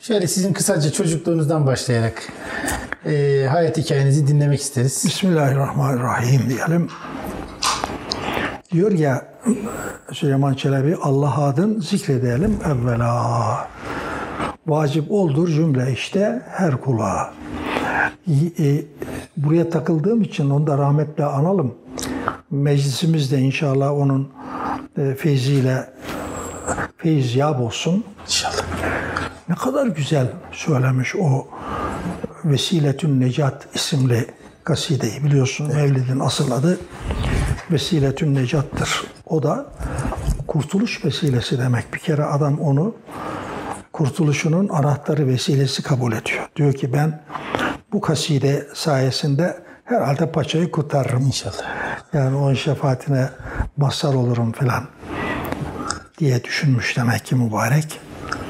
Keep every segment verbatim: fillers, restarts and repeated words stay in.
Şöyle sizin kısaca çocukluğunuzdan başlayarak e, hayat hikayenizi dinlemek isteriz. Bismillahirrahmanirrahim diyelim. Diyor ya Süleyman Çelebi, Allah adın zikredelim evvela. Vacip oldur cümle işte her kula. E, buraya takıldığım için onu da rahmetle analım. Meclisimizde inşallah onun e, feyziyle feyzyab olsun. İnşallah. Ne kadar güzel söylemiş o Vesiletün Necat isimli kasideyi, biliyorsun. Evet. Mevlid'in asıl adı Vesiletün Necat'tır. O da kurtuluş vesilesi demek. Bir kere adam onu kurtuluşunun anahtarı, vesilesi kabul ediyor. Diyor ki ben bu kaside sayesinde herhalde paçayı kurtarırım. İnşallah. Yani onun şefaatine mazhar olurum filan diye düşünmüş demek ki mübarek.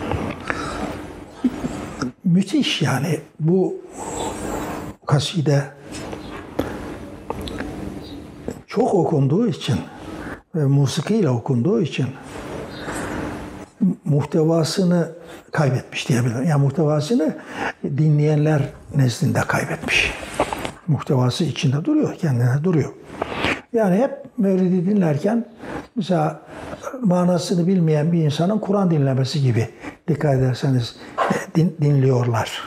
Müthiş yani bu kaside çok okunduğu için ve musikiyle okunduğu için muhtevasını kaybetmiş diyebilirim. Yani muhtevasını dinleyenler nezdinde kaybetmiş. Muhtevası içinde duruyor, kendine duruyor. Yani hep Mevlid'i dinlerken mesela manasını bilmeyen bir insanın Kur'an dinlemesi gibi dikkat ederseniz din, dinliyorlar.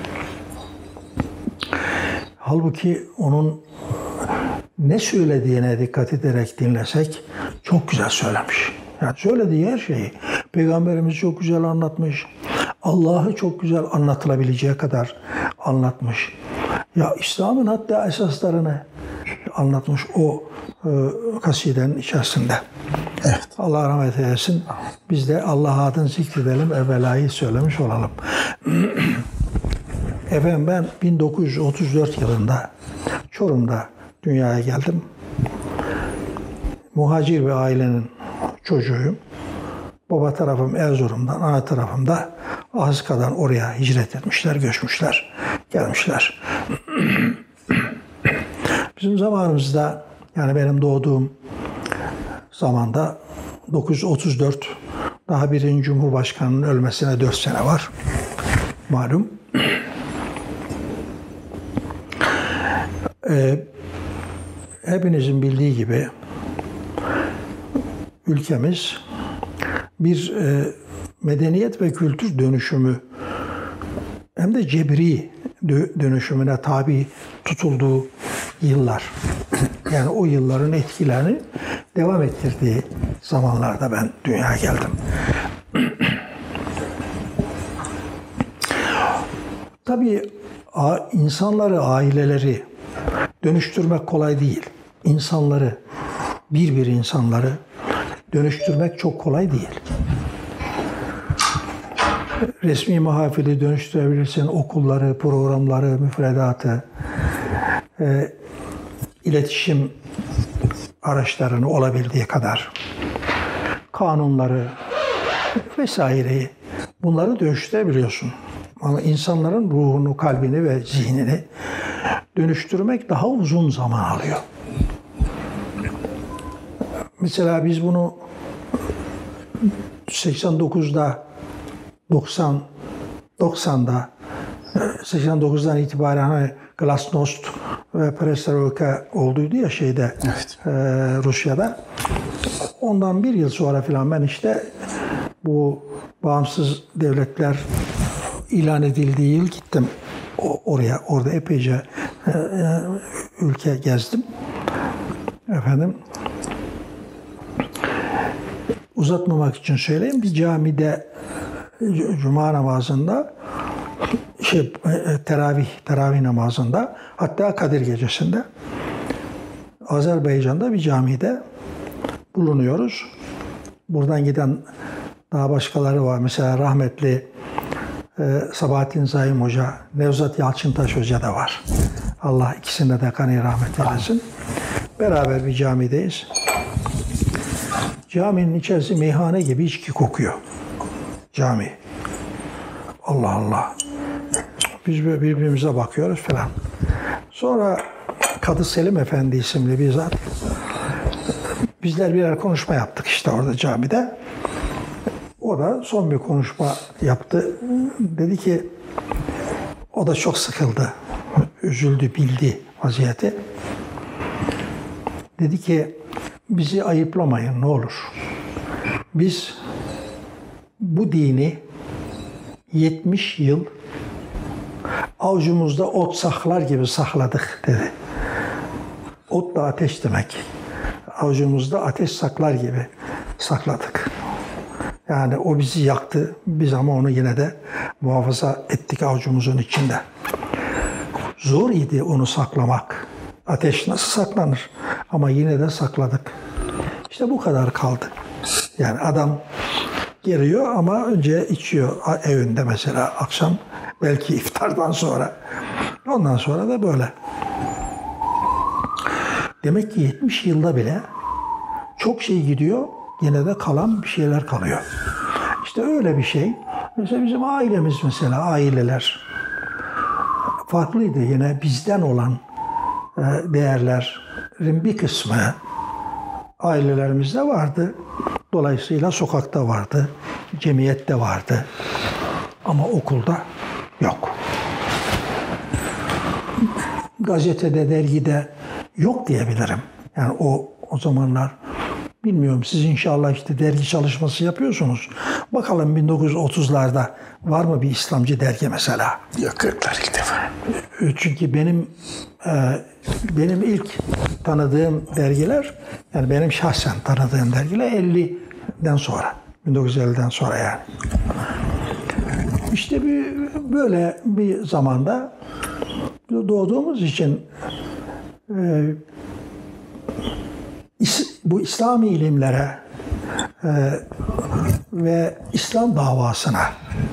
Halbuki onun ne söylediğine dikkat ederek dinlesek çok güzel söylemiş. Yani söylediği her şeyi Peygamberimiz çok güzel anlatmış. Allah'ı çok güzel anlatılabileceği kadar anlatmış. Ya İslam'ın hatta esaslarını anlatmış o e, kasidenin içerisinde. Evet. Allah rahmet eylesin. Biz de Allah adını zikredelim, evvelayı söylemiş olalım. Efendim ben bin dokuz yüz otuz dört yılında Çorum'da dünyaya geldim. Muhacir bir ailenin çocuğuyum. Baba tarafım Erzurum'dan, ana tarafım da Azka'dan oraya hicret etmişler, göçmüşler, gelmişler. Bizim zamanımızda, yani benim doğduğum zamanda dokuz yüz otuz dört, daha birinci Cumhurbaşkanı'nın ölmesine dört sene var. Malum. Ee, hepinizin bildiği gibi ülkemiz bir e, medeniyet ve kültür dönüşümü, hem de cebri dönüşümüne tabi tutulduğu yıllar. Yani o yılların etkilerini devam ettirdiği zamanlarda ben dünyaya geldim. Tabii insanları, aileleri dönüştürmek kolay değil. İnsanları, bir bir insanları dönüştürmek çok kolay değil. Resmi mahafili dönüştürebilirsin, okulları, programları, müfredatı, e, iletişim araçlarını olabildiği kadar, kanunları vesaireyi, bunları dönüştürebiliyorsun. Ama insanların ruhunu, kalbini ve zihnini dönüştürmek daha uzun zaman alıyor. Mesela biz bunu seksen dokuzda, doksan, doksanda, seksen dokuzdan itibaren hani Glasnost ve Perestroika olduydu ya şeyde, evet. e, Rusya'da. Ondan bir yıl sonra filan ben işte bu bağımsız devletler ilan edildiği yıl gittim o, oraya. Orada epeyce e, e, ülke gezdim. Efendim, uzatmamak için söyleyeyim. Bir camide cuma namazında şey teravih teravih namazında, hatta Kadir gecesinde Azerbaycan'da bir camide bulunuyoruz. Buradan giden daha başkaları var. Mesela rahmetli e, Sabahattin Zaim Hoca, Nevzat Yalçıntaş Hoca da var. Allah ikisine de kanı rahmet eylesin. Beraber bir camideyiz. Caminin içerisi meyhane gibi içki kokuyor. Cami. Allah Allah. Biz böyle birbirimize bakıyoruz falan. Sonra Kadı Selim Efendi isimli bir zat. Bizler birer konuşma yaptık işte orada camide. O O da son bir konuşma yaptı. Dedi ki o da çok sıkıldı. Üzüldü, bildi vaziyeti. Dedi ki bizi ayıplamayın ne olur. Biz bu dini yetmiş yıl avucumuzda ot saklar gibi sakladık dedi. Ot da ateş demek. Avucumuzda ateş saklar gibi sakladık. Yani o bizi yaktı. Biz ama onu yine de muhafaza ettik avucumuzun içinde. Zor idi onu saklamak. Ateş nasıl saklanır? Ama yine de sakladık. İşte bu kadar kaldı. Yani adam geliyor ama önce içiyor evinde mesela akşam. Belki iftardan sonra. Ondan sonra da böyle. Demek ki yetmiş yılda bile çok şey gidiyor, yine de kalan bir şeyler kalıyor. İşte öyle bir şey. Mesela bizim ailemiz mesela, aileler farklıydı. Yine bizden olan değerlerin bir kısmı ailelerimizde vardı. Dolayısıyla sokakta vardı, cemiyette vardı. Ama okulda yok. Gazetede, dergide yok diyebilirim. Yani o o zamanlar bilmiyorum, siz inşallah işte dergi çalışması yapıyorsunuz. Bakalım bin dokuz yüz otuzlarda var mı bir İslamcı dergi mesela? Yok, kırklar ilk defa. Çünkü benim e, benim ilk tanıdığım dergiler, yani benim şahsen tanıdığım dergiler elliden sonra. bin dokuz yüz elliden sonra yani. İşte bir, böyle bir zamanda doğduğumuz için e, bu İslami ilimlere e, ve İslam davasına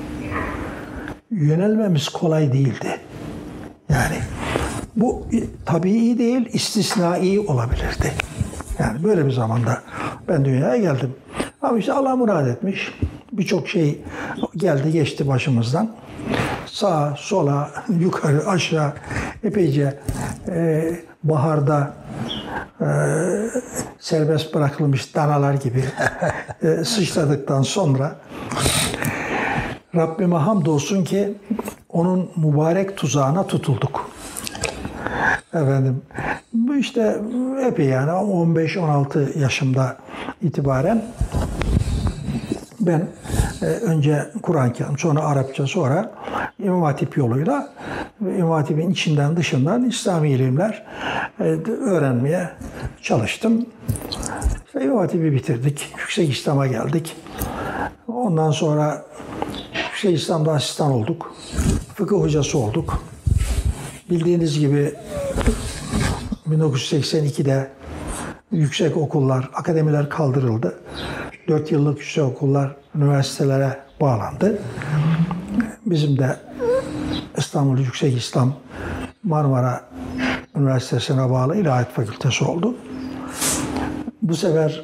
yönelmemiz kolay değildi. Yani bu tabii değil, istisnai olabilirdi. Yani böyle bir zamanda ben dünyaya geldim. Ama işte Allah murad etmiş. Birçok şey geldi geçti başımızdan. Sağa, sola, yukarı, aşağı epeyce e, baharda e, serbest bırakılmış danalar gibi e, sıçradıktan sonra Rabbime hamdolsun ki onun mübarek tuzağına tutulduk. Efendim, bu işte epey yani on beş on altı yaşımda itibaren ben e, önce Kur'an-ı Kerim, sonra Arapça, sonra İmam Hatip yoluyla İmam Hatip'in içinden dışından İslami ilimler e, öğrenmeye çalıştım. İşte İmam Hatip'i bitirdik. Yüksek İslam'a geldik. Ondan sonra Yüksek İslam'da asistan olduk. Fıkıh hocası olduk. Bildiğiniz gibi bin dokuz yüz seksen ikide yüksek okullar, akademiler kaldırıldı. Dört yıllık yüksek okullar üniversitelere bağlandı. Bizim de İstanbul Yüksek İslam Marmara Üniversitesi'ne bağlı İlahiyat Fakültesi oldu. Bu sefer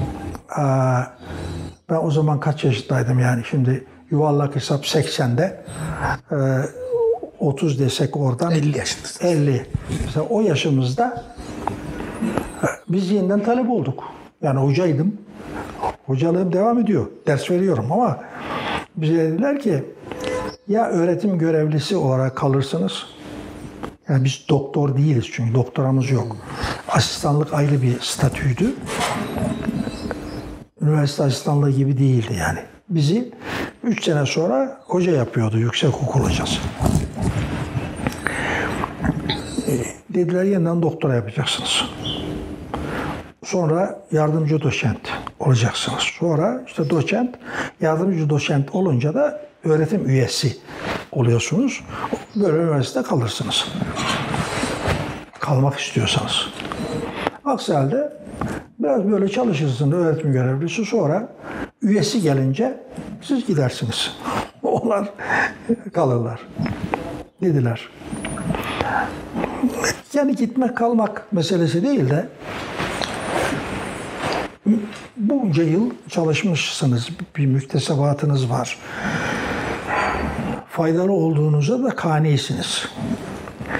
ben o zaman kaç yaşındaydım yani şimdi yuvarlak hesap seksende otuz desek oradan elli yaşındasınız. elli. Mesela o yaşımızda biz yeniden talep olduk. Yani hocaydım. Hocalığım devam ediyor. Ders veriyorum ama bize dediler ki ya öğretim görevlisi olarak kalırsınız. Yani biz doktor değiliz çünkü doktoramız yok. Asistanlık ayrı bir statüydü. Üniversite asistanlığı gibi değildi yani. Bizi üç sene sonra hoca yapıyordu, yüksek okul hocası. Dediler yeniden doktora yapacaksınız. Sonra yardımcı doçent olacaksınız. Sonra işte doçent, yardımcı doçent olunca da öğretim üyesi oluyorsunuz. Böyle üniversitede kalırsınız. Kalmak istiyorsanız. Aksi halde biraz böyle çalışırsınız öğretim görevlisi, sonra üyesi gelince siz gidersiniz. Onlar kalırlar dediler. Yani gitmek kalmak meselesi değil de bunca yıl çalışmışsınız, bir müktesebatınız var. Faydalı olduğunuza da kanisiniz.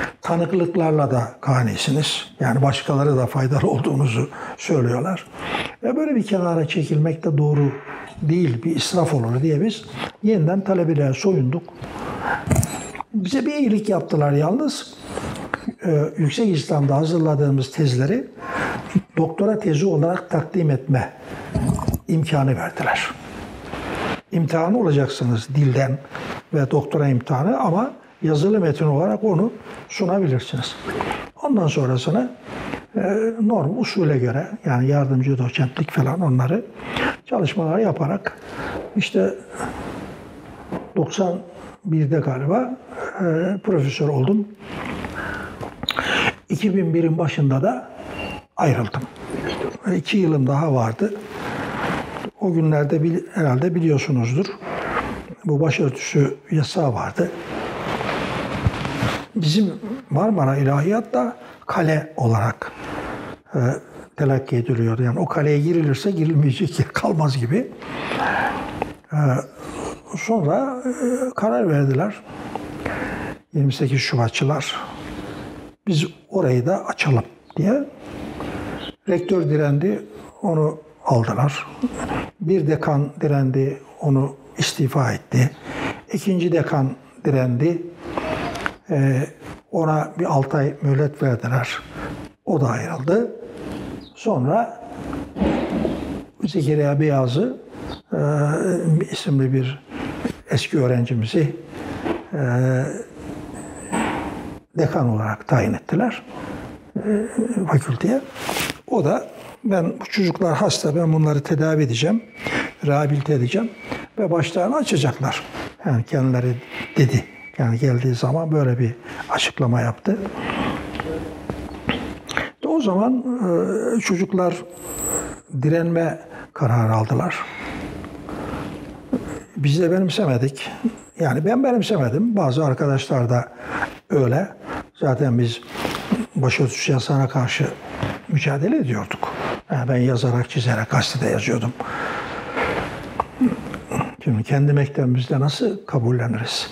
Tanıklıklarla da kanisiniz. Yani başkaları da faydalı olduğunuzu söylüyorlar. Ve böyle bir kenara çekilmek de doğru değil, bir israf olur diye biz yeniden talebelere soyunduk. Bize bir iyilik yaptılar yalnız. Ee, Yüksek İslam'da hazırladığımız tezleri doktora tezi olarak takdim etme imkanı verdiler. İmtihanı olacaksınız dilden ve doktora imtihanı ama yazılı metin olarak onu sunabilirsiniz. Ondan sonrasını e, norm usule göre yani yardımcı doçentlik falan onları çalışmalar yaparak işte doksan birde galiba e, profesör oldum. iki bin birin başında da ayrıldım. İki yılım daha vardı. O günlerde bil, herhalde biliyorsunuzdur. Bu başörtüsü yasağı vardı. Bizim Marmara İlahiyat da kale olarak e, telakki ediliyor. Yani o kaleye girilirse girilmeyecek yer kalmaz gibi. E, sonra e, karar verdiler. yirmi sekiz Şubatçılar. Biz orayı da açalım diye. Rektör direndi, onu aldılar. Bir dekan direndi, onu istifa etti. İkinci dekan direndi, ee, ona bir altı ay mühlet verdiler. O da ayrıldı. Sonra Zekeriya Beyazı e, isimli bir eski öğrencimizi e, dekan olarak tayin ettiler e, fakülteye. O da ben bu çocuklar hasta, ben bunları tedavi edeceğim, rehabilite edeceğim ve başlarını açacaklar. Yani kendileri dedi. Yani geldiği zaman böyle bir açıklama yaptı. O zaman e, çocuklar direnme kararı aldılar. Biz de benimsemedik. Yani ben benimsemedim. Bazı arkadaşlar da öyle. Zaten biz başörtüsü yasağına karşı mücadele ediyorduk. Yani ben yazarak, çizerek gazetede yazıyordum. Şimdi kendi mektebimizde nasıl kabulleniriz?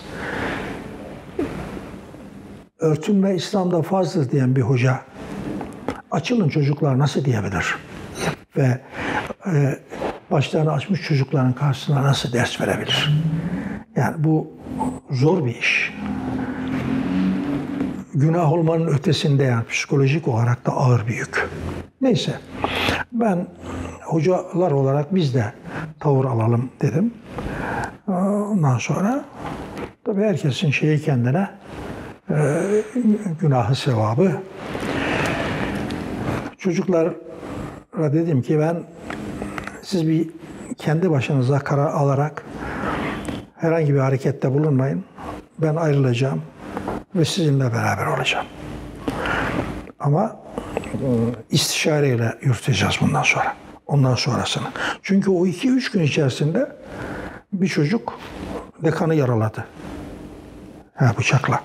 Örtünme İslam'da farzdır diyen bir hoca, açılın çocuklar nasıl diyebilir? Ve e, başlarını açmış çocukların karşısına nasıl ders verebilir? Yani bu zor bir iş. Günah olmanın ötesinde yani psikolojik olarak da ağır bir yük. Neyse, ben hocalar olarak biz de tavır alalım dedim. Ondan sonra tabii herkesin şeyi kendine, e, günahı sevabı. Çocuklara dedim ki ben, siz bir kendi başınıza karar alarak herhangi bir harekette bulunmayın. Ben ayrılacağım ve sizinle beraber olacağım. Ama istişareyle yürüteceğiz bundan sonra. Ondan sonrasını. Çünkü o iki üç gün içerisinde bir çocuk dekanı yaraladı. Ha, bıçakla.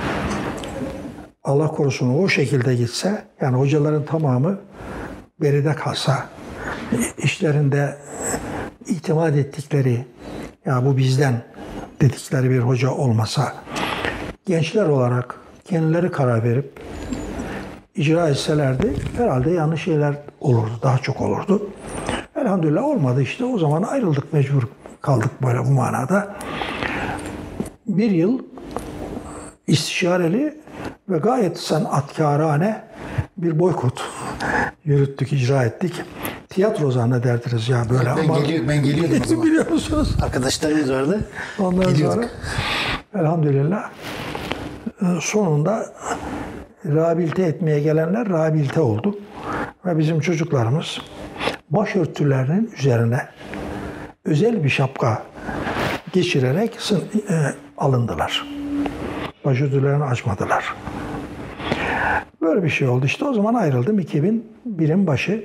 Allah korusun o şekilde gitse, yani hocaların tamamı beride kalsa, işlerinde itimat ettikleri, ya bu bizden dedikleri bir hoca olmasa, gençler olarak kendileri karar verip icra etselerdi herhalde yanlış şeyler olurdu, daha çok olurdu. Elhamdülillah olmadı işte. O zaman ayrıldık, mecbur kaldık böyle bu manada. Bir yıl istişareli ve gayet sanatkârane bir boykot yürüttük, icra ettik. Tiyatro zannederdiniz ya böyle. Ben, ama geliyor, ben geliyordum o zaman. biliyor musunuz? Arkadaşlarımız vardı. Ondan Geliyorduk. sonra elhamdülillah sonunda rehabilite etmeye gelenler rehabilite oldu. Ve bizim çocuklarımız başörtülerinin üzerine özel bir şapka geçirerek e, alındılar. Başörtülerini açmadılar. Böyle bir şey oldu. İşte o zaman ayrıldım iki bin birin başı.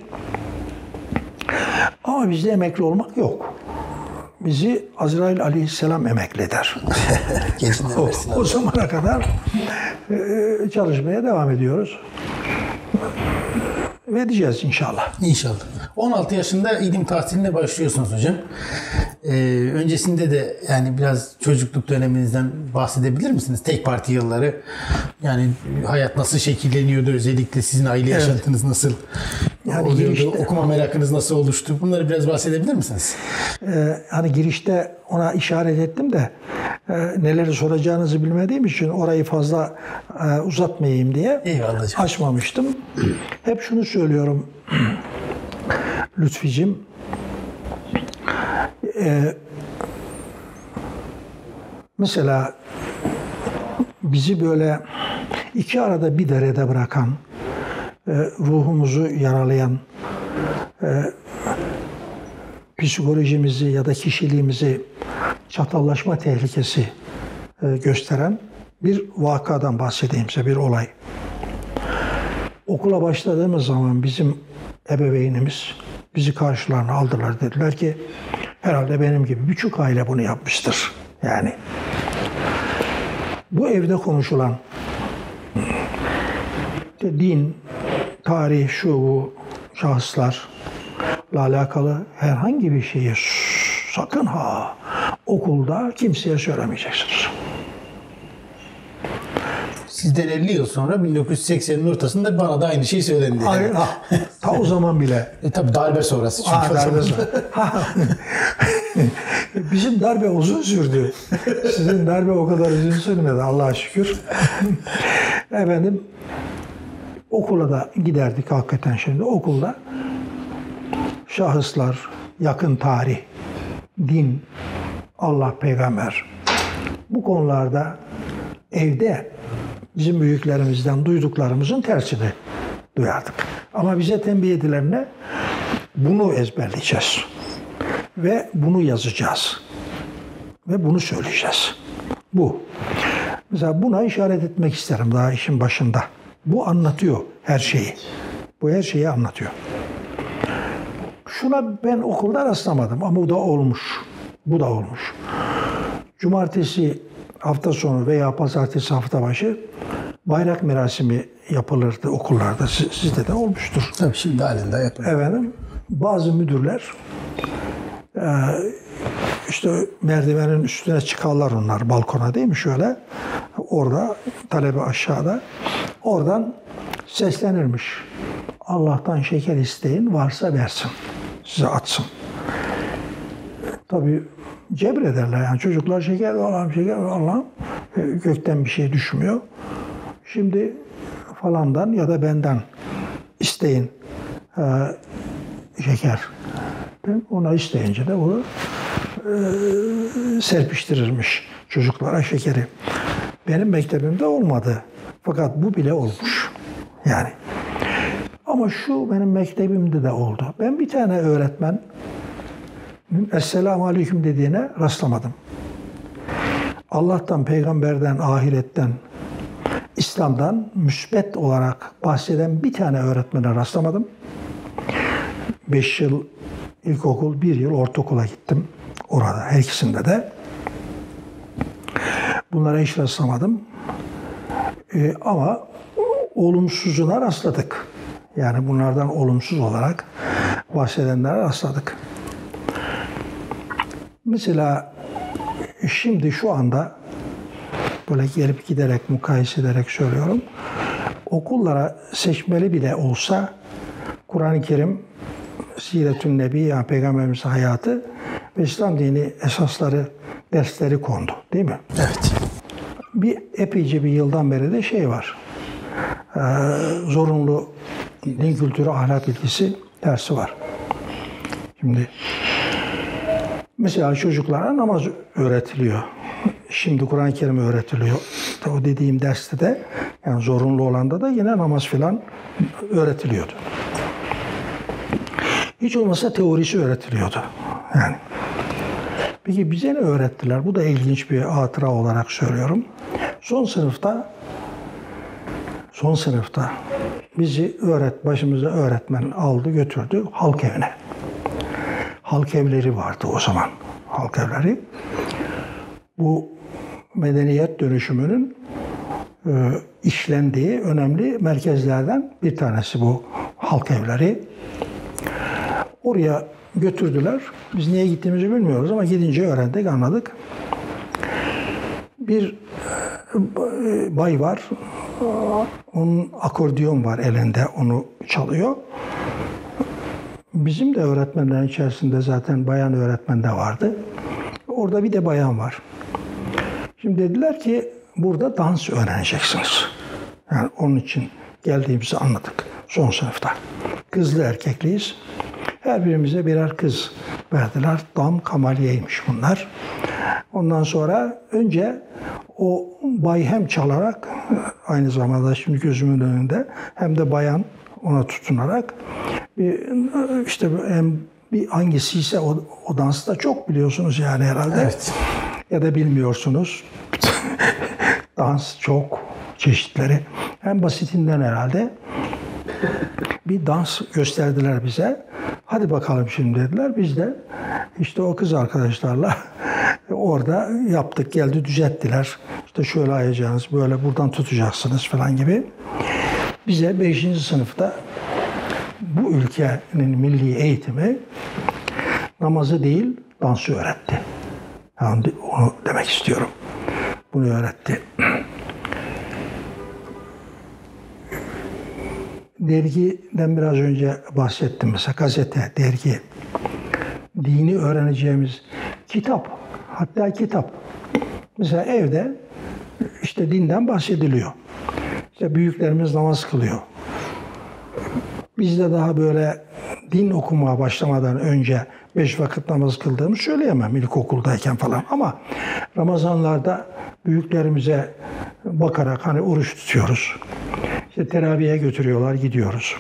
Ama bizde emekli olmak yok. Bizi Azrail Aleyhisselam emekli eder. o, o zamana kadar e, çalışmaya devam ediyoruz. Ve edeceğiz inşallah. İnşallah. on altı yaşında ilim tahsiline başlıyorsunuz hocam. Ee, öncesinde de yani biraz çocukluk döneminizden bahsedebilir misiniz? Tek parti yılları. Yani hayat nasıl şekilleniyordu? Özellikle sizin aile evet. yaşantınız nasıl yani oluyordu? Girişte, okuma merakınız nasıl oluştu? Bunları biraz bahsedebilir misiniz? E, hani girişte ona işaret ettim de e, neleri soracağınızı bilmediğim için orayı fazla e, uzatmayayım diye Eyvallah. açmamıştım. Hep şunu söylüyorum Lütficim. E, mesela bizi böyle iki arada bir derede bırakan, e, ruhumuzu yaralayan, e, psikolojimizi ya da kişiliğimizi çatallaşma tehlikesi e, gösteren bir vakadan bahsedeyim size, bir olay. Okula başladığımız zaman bizim ebeveynimiz bizi karşılarına aldılar. Dediler ki herhalde benim gibi birçok aile bunu yapmıştır. Yani bu evde konuşulan işte din, tarih, şu bu şahıslarla alakalı herhangi bir şeyi sakın ha okulda kimseye söylemeyeceksiniz. Sizden elli yıl sonra bin dokuz yüz seksenin ortasında bana da aynı şey söylendi. Yani. Ay, ah, ta o zaman bile. E tabi darbe sonrası. Çünkü Aa, darbe sonrası. Bizim darbe uzun sürdü. Sizin darbe o kadar uzun sürmedi Allah'a şükür. Efendim okula da giderdik hakikaten şimdi. Okulda şahıslar, yakın tarih, din, Allah, peygamber bu konularda evde bizim büyüklerimizden duyduklarımızın tersini duyardık. Ama bize tembih edilenle bunu ezberleyeceğiz. Ve bunu yazacağız. Ve bunu söyleyeceğiz. Bu. Mesela buna işaret etmek isterim daha işin başında. Bu anlatıyor her şeyi. Bu her şeyi anlatıyor. Şuna ben okulda rastlamadım ama bu da olmuş. Bu da olmuş. Cumartesi hafta sonu veya pazartesi hafta başı bayrak merasimi yapılırdı okullarda. Sizde de olmuştur. Tabii şimdi halinde yapılır. Efendim, bazı müdürler işte merdivenin üstüne çıkarlar onlar balkona değil mi şöyle. Orada talebe aşağıda. Oradan seslenirmiş. Allah'tan şeker isteyin varsa versin. Size atsın. Tabii cebrederler yani çocuklar şeker Allah'ım şeker Allah'ım gökten bir şey düşmüyor. Şimdi falandan ya da benden isteyin e, şeker. Ben ona isteyince de bunu e, serpiştirirmiş çocuklara şekeri. Benim mektebimde olmadı. Fakat bu bile olmuş. Yani. Ama şu benim mektebimde de oldu. Ben bir tane öğretmen Esselamu Aleyküm dediğine rastlamadım. Allah'tan, peygamberden, ahiretten, İslam'dan müsbet olarak bahseden bir tane öğretmene rastlamadım. Beş yıl ilkokul, bir yıl ortaokula gittim. Orada, her ikisinde de. Bunlara hiç rastlamadım. Ee, ama olumsuzuna rastladık. Yani bunlardan olumsuz olarak bahsedenlere rastladık. Mesela şimdi şu anda böyle gelip giderek, mukayese ederek söylüyorum. Okullara seçmeli bile olsa Kur'an-ı Kerim, Siretün Nebi, yani Peygamberimizin hayatı ve İslam dini esasları, dersleri kondu. Değil mi? Evet. Bir epeyce bir yıldan beri de şey var. Ee, zorunlu din kültürü, ahlak bilgisi dersi var. Şimdi mesela çocuklara namaz öğretiliyor. Şimdi Kur'an-ı Kerim öğretiliyor. İşte o dediğim derste de yani zorunlu olanda da yine namaz filan öğretiliyordu. Hiç olmazsa teorisi öğretiliyordu. Yani. Peki bize ne öğrettiler? Bu da ilginç bir hatıra olarak söylüyorum. Son sınıfta son sınıfta bizi öğret başımıza öğretmen aldı götürdü halk evine. Halk evleri vardı o zaman. Halk evleri. Bu medeniyet dönüşümünün e, işlendiği önemli merkezlerden bir tanesi bu halk evleri. Oraya götürdüler. Biz niye gittiğimizi bilmiyoruz ama gidince öğrendik, anladık. Bir bay var. Onun akordeon var elinde. Onu çalıyor. Bizim de öğretmenlerin içerisinde zaten bayan öğretmen de vardı. Orada bir de bayan var. Şimdi dediler ki burada dans öğreneceksiniz. Yani onun için geldiğimizi anladık son sınıfta. Kızlı erkekliyiz. Her birimize birer kız verdiler. Dam kamaliyeymiş bunlar. Ondan sonra önce o bay hem çalarak aynı zamanda şimdi gözümün önünde hem de bayan ona tutunarak bir işte hem bir hangisiyse o, o dansı da çok biliyorsunuz yani herhalde. Evet. Ya da bilmiyorsunuz. Dans çok çeşitleri. En basitinden herhalde bir dans gösterdiler bize. Hadi bakalım şimdi dediler. Biz de işte o kız arkadaşlarla orada yaptık, geldi düzelttiler. İşte şöyle ayacağınız, böyle buradan tutacaksınız falan gibi. Bize beşinci sınıfta bu ülkenin milli eğitimi namazı değil, dansı öğretti. Yani onu demek istiyorum. Bunu öğretti. Dergiden biraz önce bahsettim. Mesela gazete, dergi. Dini öğreneceğimiz kitap. Hatta kitap. Mesela evde işte dinden bahsediliyor. İşte büyüklerimiz namaz kılıyor. Biz de daha böyle din okumaya başlamadan önce beş vakit namaz kıldığımı söyleyemem ilkokuldayken falan. Ama Ramazanlarda büyüklerimize bakarak hani oruç tutuyoruz. İşte teraviye götürüyorlar, gidiyoruz.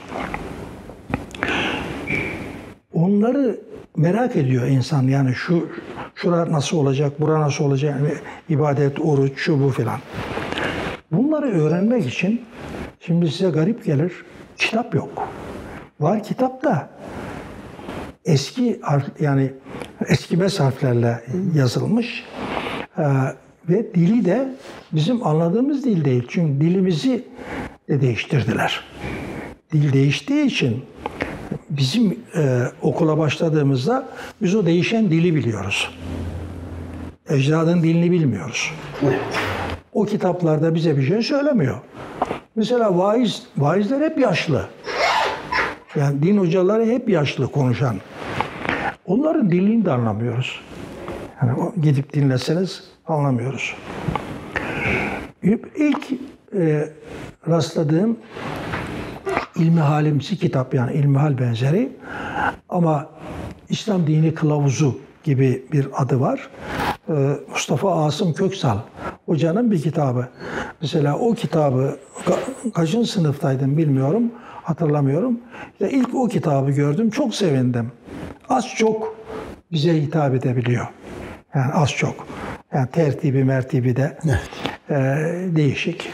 Onları merak ediyor insan. Yani şu şura nasıl olacak, bura nasıl olacak, yani ibadet, oruç, şu bu filan. Bunları öğrenmek için şimdi size garip gelir, kitap yok. Var kitap da eski yani eskimez harflerle yazılmış ee, ve dili de bizim anladığımız dil değil. Çünkü dilimizi de değiştirdiler. Dil değiştiği için bizim e, okula başladığımızda biz o değişen dili biliyoruz. Ecdadın dilini bilmiyoruz. O kitaplarda bize bir şey söylemiyor. Mesela vaiz, vaizler hep yaşlı. Yani din hocaları hep yaşlı konuşan. Onların dilini de anlamıyoruz. Yani gidip dinleseniz anlamıyoruz. İlk e, rastladığım İlmihalimsi kitap, yani İlmihal benzeri ama İslam Dini Kılavuzu gibi bir adı var. Ee, Mustafa Asım Köksal hocanın bir kitabı. Mesela o kitabı ka- kaçıncı sınıftaydım bilmiyorum, hatırlamıyorum. İşte ilk o kitabı gördüm, çok sevindim. Az çok bize hitap edebiliyor. Yani az çok. Yani tertibi mertibi de e, değişik.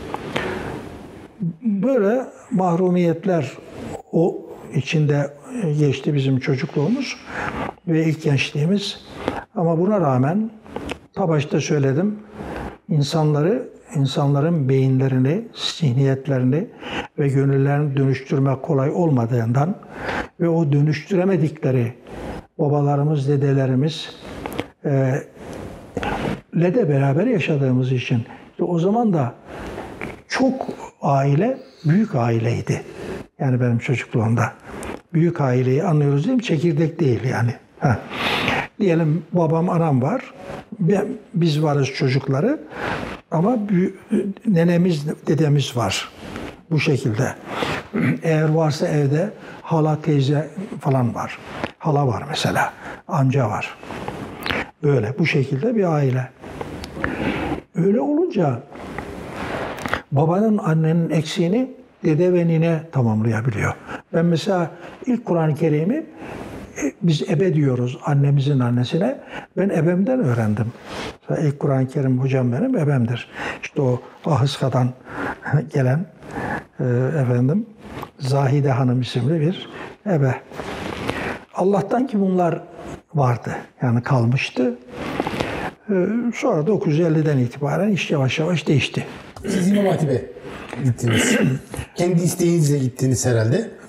Böyle mahrumiyetler o içinde geçti bizim çocukluğumuz ve ilk gençliğimiz. Ama buna rağmen ta başta söyledim, insanları, insanların beyinlerini, zihniyetlerini ve gönüllerini dönüştürmek kolay olmadığından ve o dönüştüremedikleri babalarımız, dedelerimiz e, ile de beraber yaşadığımız için işte o zaman da çok aile, büyük aileydi. Yani benim çocukluğumda. Büyük aileyi anlıyoruz değil mi? Çekirdek değil yani. Heh. Diyelim babam, anam var. Biz varız çocukları. Ama nenemiz, dedemiz var. Bu şekilde. Eğer varsa evde hala, teyze falan var. Hala var mesela. Amca var. Böyle bu şekilde bir aile. Öyle olunca babanın, annenin eksiğini dede ve nine tamamlayabiliyor. Ben mesela ilk Kur'an-ı Kerim'i biz ebe diyoruz annemizin annesine. Ben ebemden öğrendim. Mesela ilk Kur'an-ı Kerim hocam benim ebemdir. İşte o Ahıska'dan gelen e, efendim Zahide Hanım isimli bir ebe. Allah'tan ki bunlar vardı. Yani kalmıştı. E, sonra dokuz yüz elliden itibaren iş yavaş yavaş değişti. Siz İmam Hatip'e gittiniz. Kendi isteğinizle gittiniz herhalde.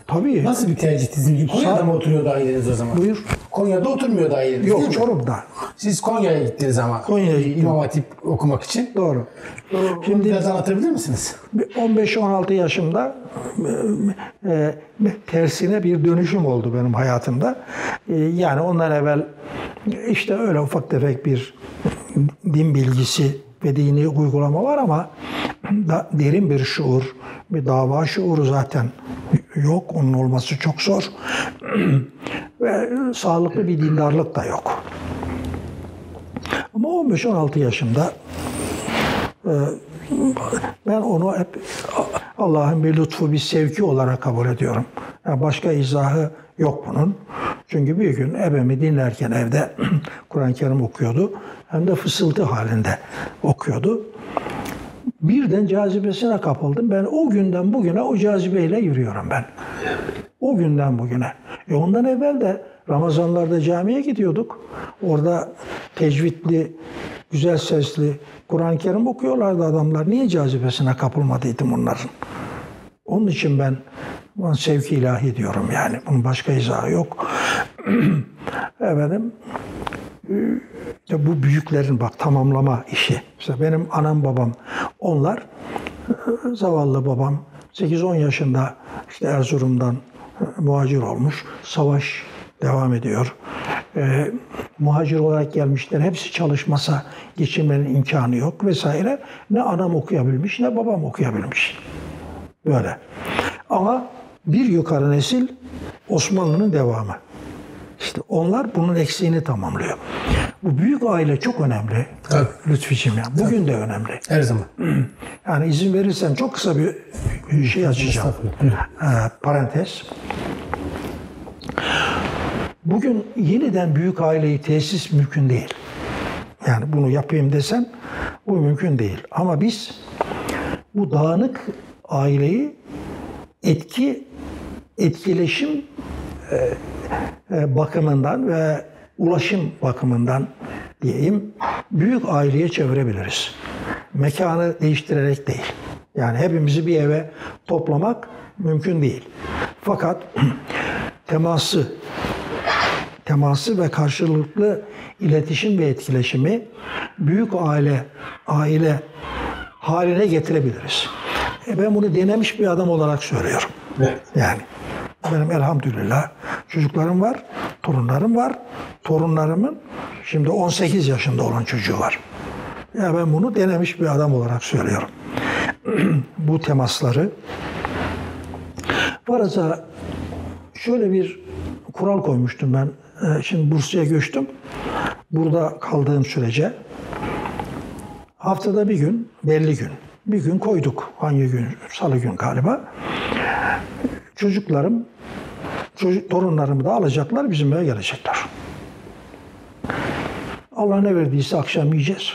Tabii. Nasıl bir tercih sizin? Konya'da mı oturuyordu aileniz o zaman? Buyur. Konya'da oturmuyordu aileniz Yok, değil mi? Çorum'da. Siz Konya'ya gittiniz ama. Konya'ya gittim. İmam Hatip okumak için. Doğru. Şimdi biraz anlatabilir misiniz? on beş on altı yaşımda e, e, tersine bir dönüşüm oldu benim hayatımda. E, yani ondan evvel işte öyle ufak tefek bir din bilgisi ve dini uygulama var ama da, derin bir şuur, bir dava şuuru zaten yok. Onun olması çok zor. Ve sağlıklı bir dindarlık da yok. Ama on beş on altı yaşımda e, ben onu hep Allah'ın bir lütfu, bir sevki olarak kabul ediyorum. Yani başka izahı yok bunun. Çünkü bir gün ebemi dinlerken evde Kur'an-ı Kerim okuyordu. Hem de fısıltı halinde okuyordu. Birden cazibesine kapıldım. Ben o günden bugüne o cazibeyle yürüyorum ben. O günden bugüne. E ondan evvel de Ramazanlarda camiye gidiyorduk. Orada tecvidli, güzel sesli Kur'an-ı Kerim okuyorlardı adamlar. Niye cazibesine kapılmadıydım onların? Onun için ben sevki ilahi diyorum yani. Bunun başka izahı yok. Efendim, işte bu büyüklerin bak tamamlama işi. İşte benim anam babam onlar, zavallı babam sekiz on yaşında işte Erzurum'dan muhacir olmuş. Savaş devam ediyor. Ee, muhacir olarak gelmişler. Hepsi çalışmasa geçinmenin imkanı yok vesaire. Ne anam okuyabilmiş ne babam okuyabilmiş. Böyle. Ama bir yukarı nesil Osmanlı'nın devamı. İşte onlar bunun eksiğini tamamlıyor. Bu büyük aile çok önemli. Tabii. Lütfücüğüm yani. Bugün Tabii. de önemli. Her zaman. Yani izin verirsen çok kısa bir şey açacağım. Ee, parantez. Bugün yeniden büyük aileyi tesis mümkün değil. Yani bunu yapayım desem bu mümkün değil. Ama biz bu dağınık aileyi etki, etkileşim e, e, bakımından ve ulaşım bakımından diyeyim büyük aileye çevirebiliriz. Mekanı değiştirerek değil. Yani hepimizi bir eve toplamak mümkün değil. Fakat teması teması ve karşılıklı iletişim ve etkileşimi büyük aile aile haline getirebiliriz. E ben bunu denemiş bir adam olarak söylüyorum. Evet. Yani benim elhamdülillah çocuklarım var, torunlarım var. Torunlarımın şimdi on sekiz yaşında olan çocuğu var. Ya ben bunu denemiş bir adam olarak söylüyorum. Bu temasları Faraza şöyle bir kural koymuştum ben. Şimdi Bursa'ya göçtüm. Burada kaldığım sürece haftada bir gün, belli gün. Bir gün koyduk. Hangi gün? Salı gün galiba. Çocuklarım, çocuk, torunlarımı da alacaklar, bizim eve gelecekler. Allah ne verdiyse akşam yiyeceğiz.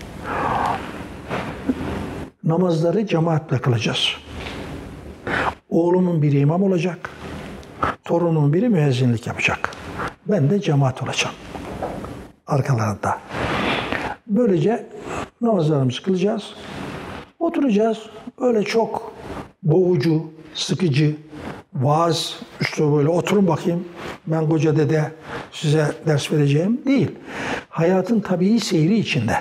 Namazları cemaatle kılacağız. Oğlumun biri imam olacak. Torunumun biri müezzinlik yapacak. Ben de cemaat olacağım. Arkalarında. Böylece namazlarımızı kılacağız. Oturacağız. Öyle çok boğucu, sıkıcı, vaaz, işte böyle oturun bakayım ben koca dede size ders vereceğim değil. Hayatın tabii seyri içinde.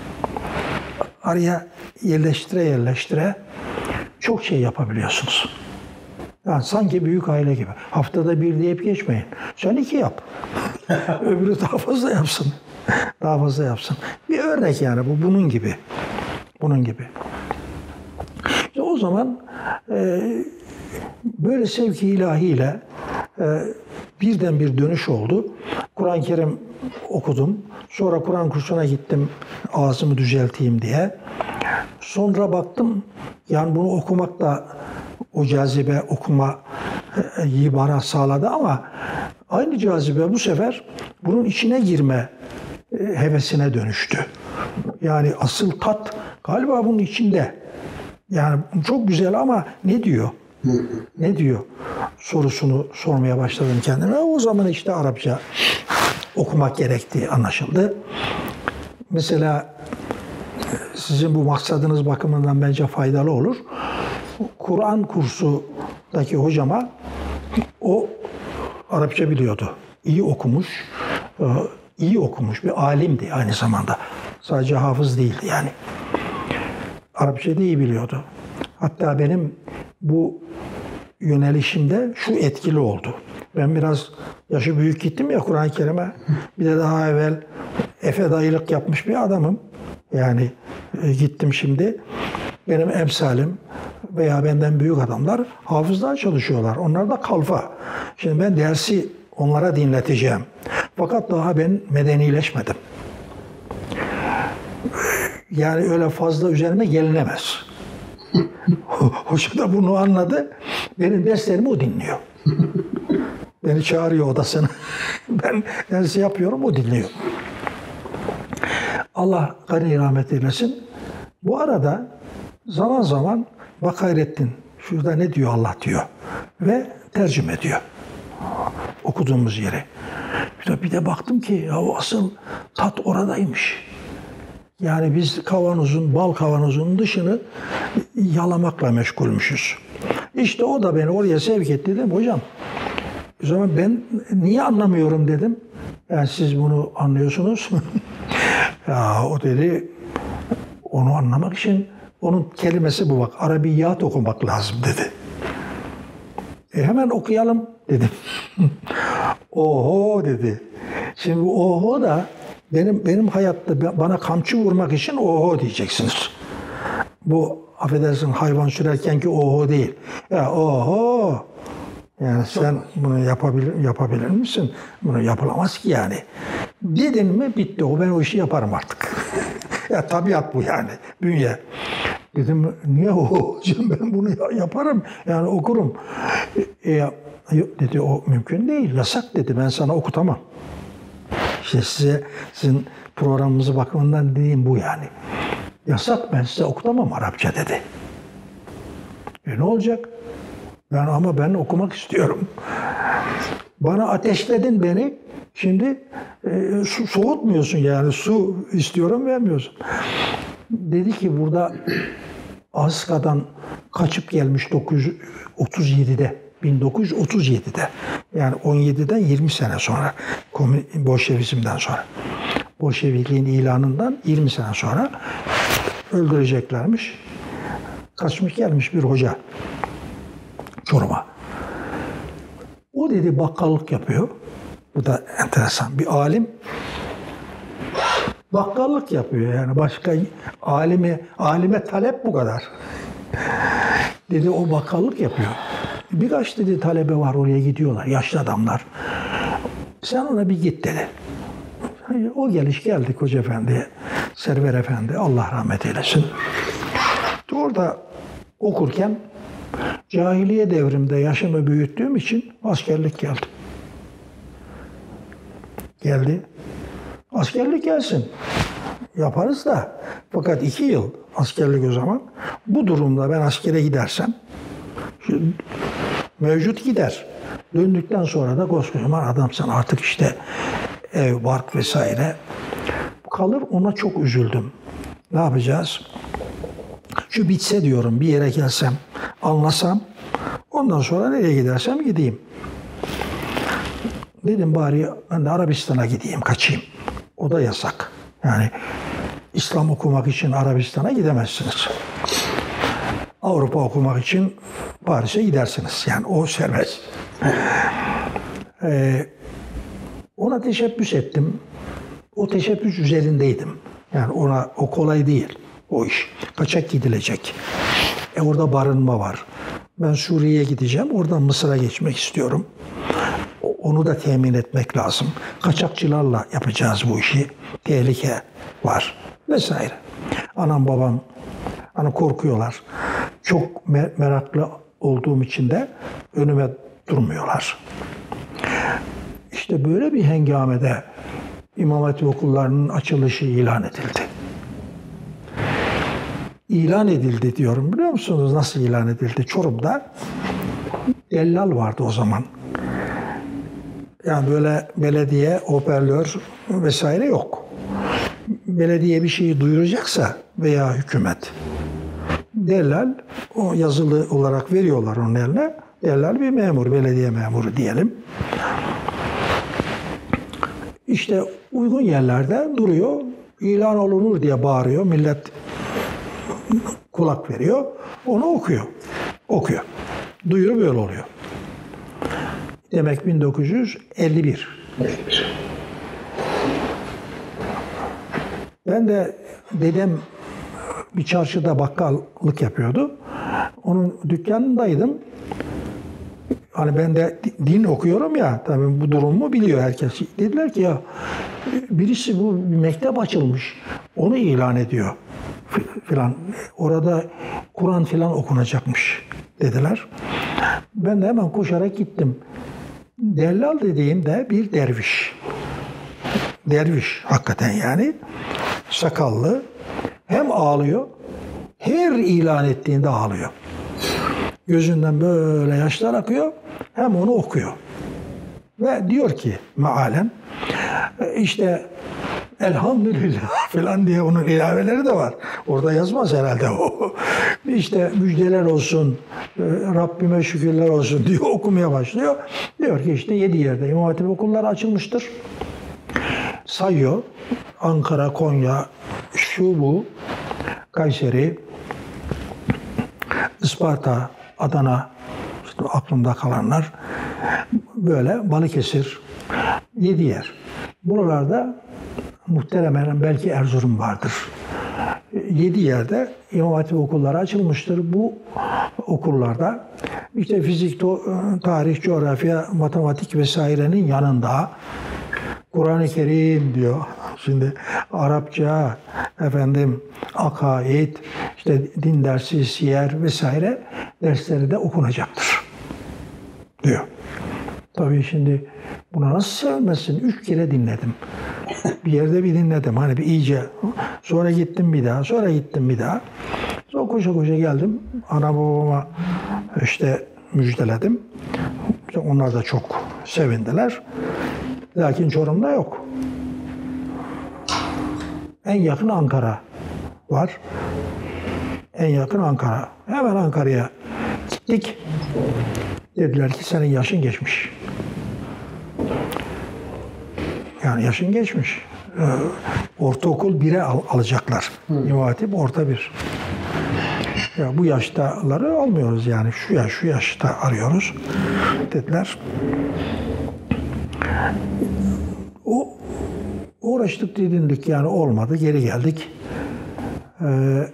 Araya yerleştire yerleştire çok şey yapabiliyorsunuz. Yani sanki büyük aile gibi. Haftada bir deyip geçmeyin. Sen iki yap. Öbürü daha fazla yapsın. Daha fazla yapsın. Bir örnek yani bu bunun gibi. Bunun gibi. İşte o zaman e, böyle sevki ilahiyle e, birden bir dönüş oldu. Kur'an-ı Kerim okudum. Sonra Kur'an kursuna gittim ağzımı düzelteyim diye. Sonra baktım yani bunu okumak da o cazibe okuma iyi bana sağladı ama aynı cazibe bu sefer bunun içine girme hevesine dönüştü. Yani asıl tat galiba bunun içinde. Yani çok güzel ama ne diyor? Ne diyor? Sorusunu sormaya başladım kendime. O zaman işte Arapça okumak gerektiği anlaşıldı. Mesela sizin bu maksadınız bakımından bence faydalı olur. Kur'an kursundaki hocama O Arapça biliyordu. İyi okumuş, iyi okumuş bir alimdi aynı zamanda. Sadece hafız değildi yani. Arapça da iyi biliyordu. Hatta benim bu yönelişimde şu etkili oldu. Ben biraz yaşı büyük gittim ya Kur'an-ı Kerim'e. Bir de daha evvel Efe dayılık yapmış bir adamım. Yani e, gittim şimdi. Benim emsalim veya benden büyük adamlar hafızlığa çalışıyorlar. Onlar da kalfa. Şimdi ben dersi onlara dinleteceğim. Fakat daha ben medenileşmedim. Yani öyle fazla üzerime gelinemez. Hoca da bunu anladı. Benim derslerimi o dinliyor. Beni çağırıyor odasına. Ben dersi yapıyorum, o dinliyor. Allah gani rahmet eylesin. Bu arada zaman zaman bak Hayrettin, şurada ne diyor Allah diyor. Ve tercüme ediyor. Okuduğumuz yeri. Bir de, bir de baktım ki ya o asıl tat oradaymış. Yani biz kavanozun, bal kavanozunun dışını yalamakla meşgulmüşüz. İşte o da beni oraya sevk etti, dedim hocam. O zaman ben niye anlamıyorum dedim. Yani siz bunu anlıyorsunuz. Ya o dedi, onu anlamak için onun kelimesi bu bak. Arabiyat okumak lazım dedi. E hemen okuyalım dedim. Oho dedi. Şimdi oho da benim benim hayatta bana kamçı vurmak için oho diyeceksiniz. Bu affedersin hayvan sürerken ki oho değil. Ya oho. Yani sen bunu yapabilir yapabilir misin? Bunu yapılamaz ki yani. Dedin mi bitti o, ben o işi yaparım artık. Ya tabiat bu yani. Bünye. Dedim niye o hocam, ben bunu yaparım yani okurum. E, e, dedi o mümkün değil, yasak dedi, ben sana okutamam. İşte size sizin programımızı bakımından dediğim bu yani. Yasak, ben size okutamam Arapça dedi. E ne olacak? Ben ama ben okumak istiyorum. Bana ateşledin beni. Şimdi e, su soğutmuyorsun yani, su istiyorum vermiyorsun. Dedi ki burada Aska'dan kaçıp gelmiş dokuz yüz otuz yedide, bin dokuz yüz otuz yedide. Yani on yediden yirmi sene sonra, Bolşevizmden sonra. Bolşevikliğin ilanından yirmi sene sonra öldüreceklermiş. Kaçmış gelmiş bir hoca Çorum'a. O dedi bakkallık yapıyor. Bu da enteresan. Bir alim bakkallık yapıyor yani, başka alime, alime talep bu kadar. Dedi o bakkallık yapıyor. Birkaç dedi talebe var, oraya gidiyorlar, yaşlı adamlar. Sen ona bir git dedi. O geliş geldik Hoca Efendi'ye. Server Efendi, Allah rahmet eylesin. Orada okurken cahiliye devrimde yaşımı büyüttüğüm için askerlik geldi. Geldi. Askerlik gelsin. Yaparız da. Fakat iki yıl askerlik o zaman. Bu durumda ben askere gidersem mevcut gider. Döndükten sonra da koskocaman adamsın artık, işte ev, bark vesaire kalır. Ona çok üzüldüm. Ne yapacağız? Şu bitse diyorum, bir yere gelsem, anlasam, ondan sonra nereye gidersem gideyim. Dedim bari ben de Arabistan'a gideyim, kaçayım. O da yasak. Yani İslam okumak için Arabistan'a gidemezsiniz. Avrupa okumak için Paris'e gidersiniz. Yani o serbest. Ee, ona teşebbüs ettim. O teşebbüs üzerindeydim. Yani ona o kolay değil o iş. Kaçak gidilecek. E orada barınma var. Ben Suriye'ye gideceğim. Oradan Mısır'a geçmek istiyorum. Onu da temin etmek lazım. Kaçakçılarla yapacağız bu işi. Tehlike var vesaire. Anam babam hani korkuyorlar. Çok meraklı olduğum için de önüme durmuyorlar. İşte böyle bir hengamede İmam Hatip okullarının açılışı ilan edildi. İlan edildi diyorum, biliyor musunuz nasıl ilan edildi? Çorum'da dellal vardı o zaman. Yani böyle belediye, hoparlör vesaire yok. Belediye bir şeyi duyuracaksa veya hükümet, Dellal, o yazılı olarak veriyorlar onun eline. Dellal bir memur, belediye memuru diyelim. İşte uygun yerlerde duruyor, ilan olunur diye bağırıyor, millet kulak veriyor, onu okuyor, okuyor. Duyuru böyle oluyor. Demek bin dokuz yüz elli bir. Ben de dedem bir çarşıda bakkallık yapıyordu. Onun dükkanındaydım. Hani ben de din okuyorum ya, tabii bu durumu biliyor herkes. Dediler ki ya birisi bu bir mektep açılmış, onu ilan ediyor filan. Orada Kur'an filan okunacakmış dediler. Ben de hemen koşarak gittim. Dellal dediğim de bir derviş. Derviş hakikaten yani. Sakallı. Hem ağlıyor, her ilan ettiğinde ağlıyor. Gözünden böyle yaşlar akıyor, hem onu okuyor. Ve diyor ki mealen, işte elhamdülillah falan diye onun ilaveleri de var. Orada yazmaz herhalde o. İşte müjdeler olsun, Rabbime şükürler olsun diyor, okumaya başlıyor. Diyor ki işte yedi yerde İmam Hatip okulları açılmıştır. Sayıyor. Ankara, Konya, şu bu, Kayseri, Isparta, Adana, işte aklımda kalanlar, böyle Balıkesir, yedi yer. Buralarda muhtemelen belki Erzurum vardır. Yedi yerde İmam Hatip okulları açılmıştır. Bu okullarda işte fizik, tarih, coğrafya, matematik vesairenin yanında Kur'an-ı Kerim diyor. Şimdi Arapça, efendim akaid, işte din dersi, siyer vesaire dersleri de okunacaktır diyor. Tabii şimdi buna nasıl sevmezsin? Üç kere dinledim. Bir yerde bir dinledim. Hani bir iyice. Sonra gittim bir daha. Sonra gittim bir daha. Sonra koşa koşa geldim. Ana babama işte müjdeledim. İşte onlar da çok sevindiler. Lakin Çorum'da yok. En yakın Ankara var. En yakın Ankara. Hemen Ankara'ya gittik. Dediler ki senin yaşın geçmiş. Yani yaşın geçmiş. Ee, ortaokul bire al, alacaklar. İmam Hatip orta bir. Ya bu yaştaları almıyoruz yani. Şu yaş, şu yaşta arıyoruz. Dediler. O uğraştık, didindik yani olmadı. Geri geldik. Ee,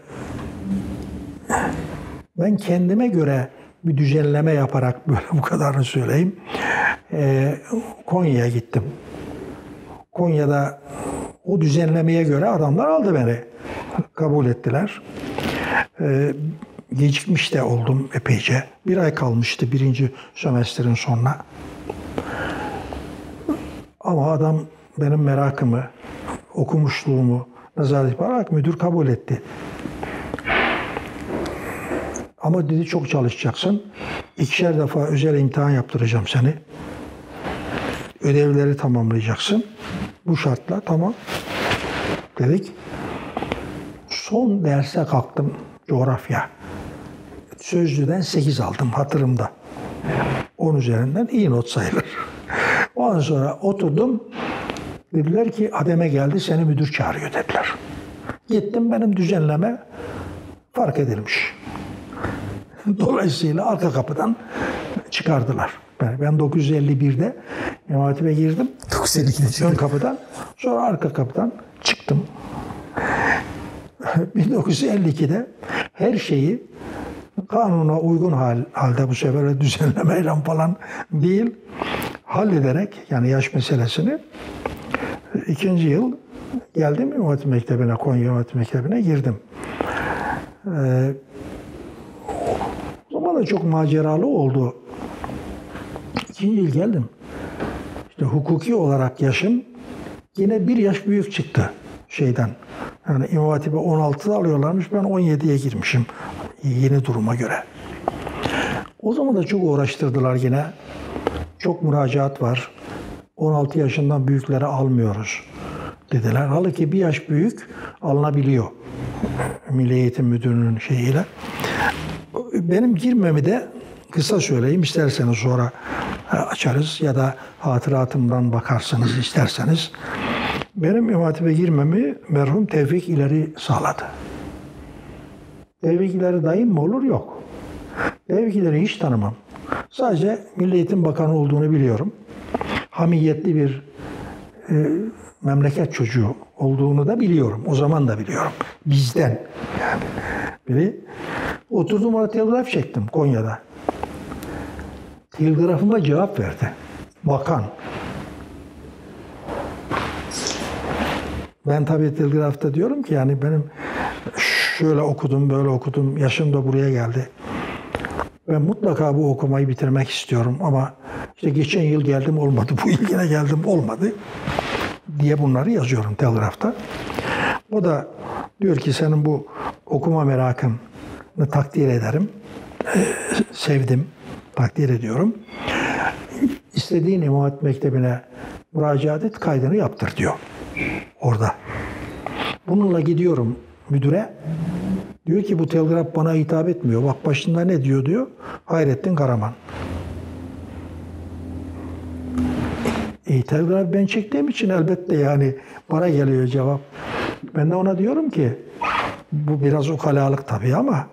ben kendime göre bir düzenleme yaparak böyle bu kadarını söyleyeyim. Ee, Konya'ya gittim. Konya'da o düzenlemeye göre adamlar aldı beni. Kabul ettiler. Ee, gecikmiş de oldum epeyce. Bir ay kalmıştı birinci sömestrin sonuna. Ama adam benim merakımı, okumuşluğumu nazar yaparak müdür kabul etti. Ama dedi çok çalışacaksın. İkişer defa özel imtihan yaptıracağım seni. Ödevleri tamamlayacaksın. Bu şartla tamam dedik. Son derse kalktım, coğrafya. Sözlüden sekiz aldım hatırımda. on üzerinden iyi not sayılır. Ondan sonra oturdum. Dediler ki hademe geldi, seni müdür çağırıyor dediler. Gittim, benim düzenleme fark edilmiş. Dolayısıyla arka kapıdan çıkardılar. Ben dokuz yüz elli birde İmam Hatip'e girdim. dokuz yüz elli ikide çıktım. Ön kapıdan, sonra arka kapıdan çıktım. bin dokuz yüz elli ikide her şeyi kanuna uygun hal, halde bu sefer düzenlemeyle falan değil, hallederek yani yaş meselesini ikinci yıl geldim İmam Hatip Mektebi'ne, Konya İmam Hatip Mektebi'ne girdim. Ee, o zaman da çok maceralı oldu. İkinci yıl geldim. İşte hukuki olarak yaşım yine bir yaş büyük çıktı şeyden. Yani İmam Hatip'e on altıda alıyorlarmış, ben on yediye girmişim yeni duruma göre. O zaman da çok uğraştırdılar yine. Çok müracaat var. on altı yaşından büyükleri almıyoruz dediler. Halbuki bir yaş büyük alınabiliyor. Milli Eğitim Müdürü'nün şeyiyle. Benim girmemi de kısa söyleyeyim, isterseniz sonra açarız ya da hatıratımdan bakarsınız isterseniz. Benim İmam Hatip'e girmemi merhum Tevfik İleri sağladı. Tevfik İleri dayım mı olur? Yok. Tevfik İleri hiç tanımam. Sadece Milli Eğitim Bakanı olduğunu biliyorum. Hamiyetli bir e, memleket çocuğu olduğunu da biliyorum. O zaman da biliyorum. Bizden yani. Biri. Oturdum orada telgraf çektim Konya'da. Telgrafıma cevap verdi. Bakan. Ben tabii telgrafta diyorum ki yani benim şöyle okudum, böyle okudum, yaşım da buraya geldi. Ben mutlaka bu okumayı bitirmek istiyorum ama işte geçen yıl geldim olmadı, bu yıl yine geldim olmadı diye bunları yazıyorum telgrafta. O da diyor ki senin bu okuma merakını takdir ederim, sevdim, takdir ediyorum. İstediğin İmam Hatip Mektebi'ne müracaat et, kaydını yaptır diyor orada. Bununla gidiyorum müdüre. Diyor ki bu telgraf bana hitap etmiyor. Bak başında ne diyor diyor. Hayrettin Karaman. E, telgraf ben çektiğim için elbette yani bana geliyor cevap. Ben de ona diyorum ki bu biraz ukalalık tabii ama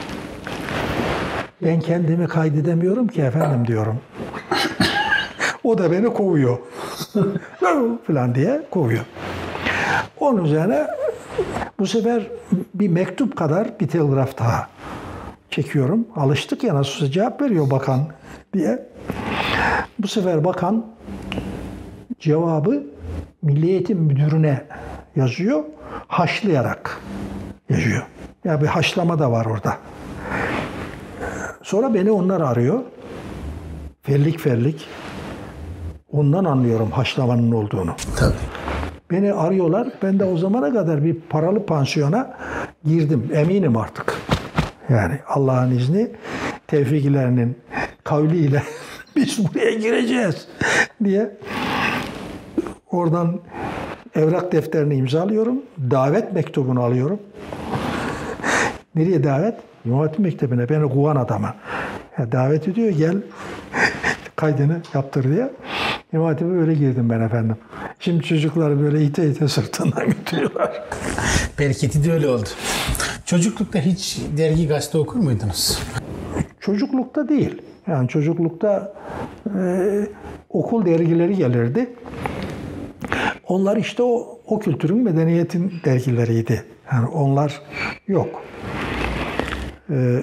ben kendimi kaydedemiyorum ki efendim diyorum. O da beni kovuyor. falan diye kovuyor. Onun üzerine bu sefer bir mektup kadar bir telgraf daha çekiyorum. Alıştık ya nasıl cevap veriyor bakan diye. Bu sefer bakan cevabı Milli Eğitim Müdürü'ne yazıyor. Haşlayarak yazıyor. Yani bir haşlama da var orada. Sonra beni onlar arıyor. Fellik fellik. Ondan anlıyorum haşlamanın olduğunu. Tabii. Beni arıyorlar. Ben de o zamana kadar bir paralı pansiyona girdim. Eminim artık. Yani Allah'ın izni tevfiklerinin kavliyle biz buraya gireceğiz diye oradan evrak defterini imzalıyorum. Davet mektubunu alıyorum. Nereye davet? İmam Hatip Mektebi'ne beni kovan adama. Ya davet ediyor gel kaydını yaptır diye. İmam Hatip'e öyle girdim ben efendim. Şimdi çocukları böyle ite ite sırtından götürüyorlar. Bereketi de öyle oldu. Çocuklukta hiç dergi gazete okur muydunuz? Çocuklukta değil. Yani çocuklukta e, okul dergileri gelirdi. Onlar işte o, o kültürün, medeniyetin dergileriydi. Yani onlar yok. E,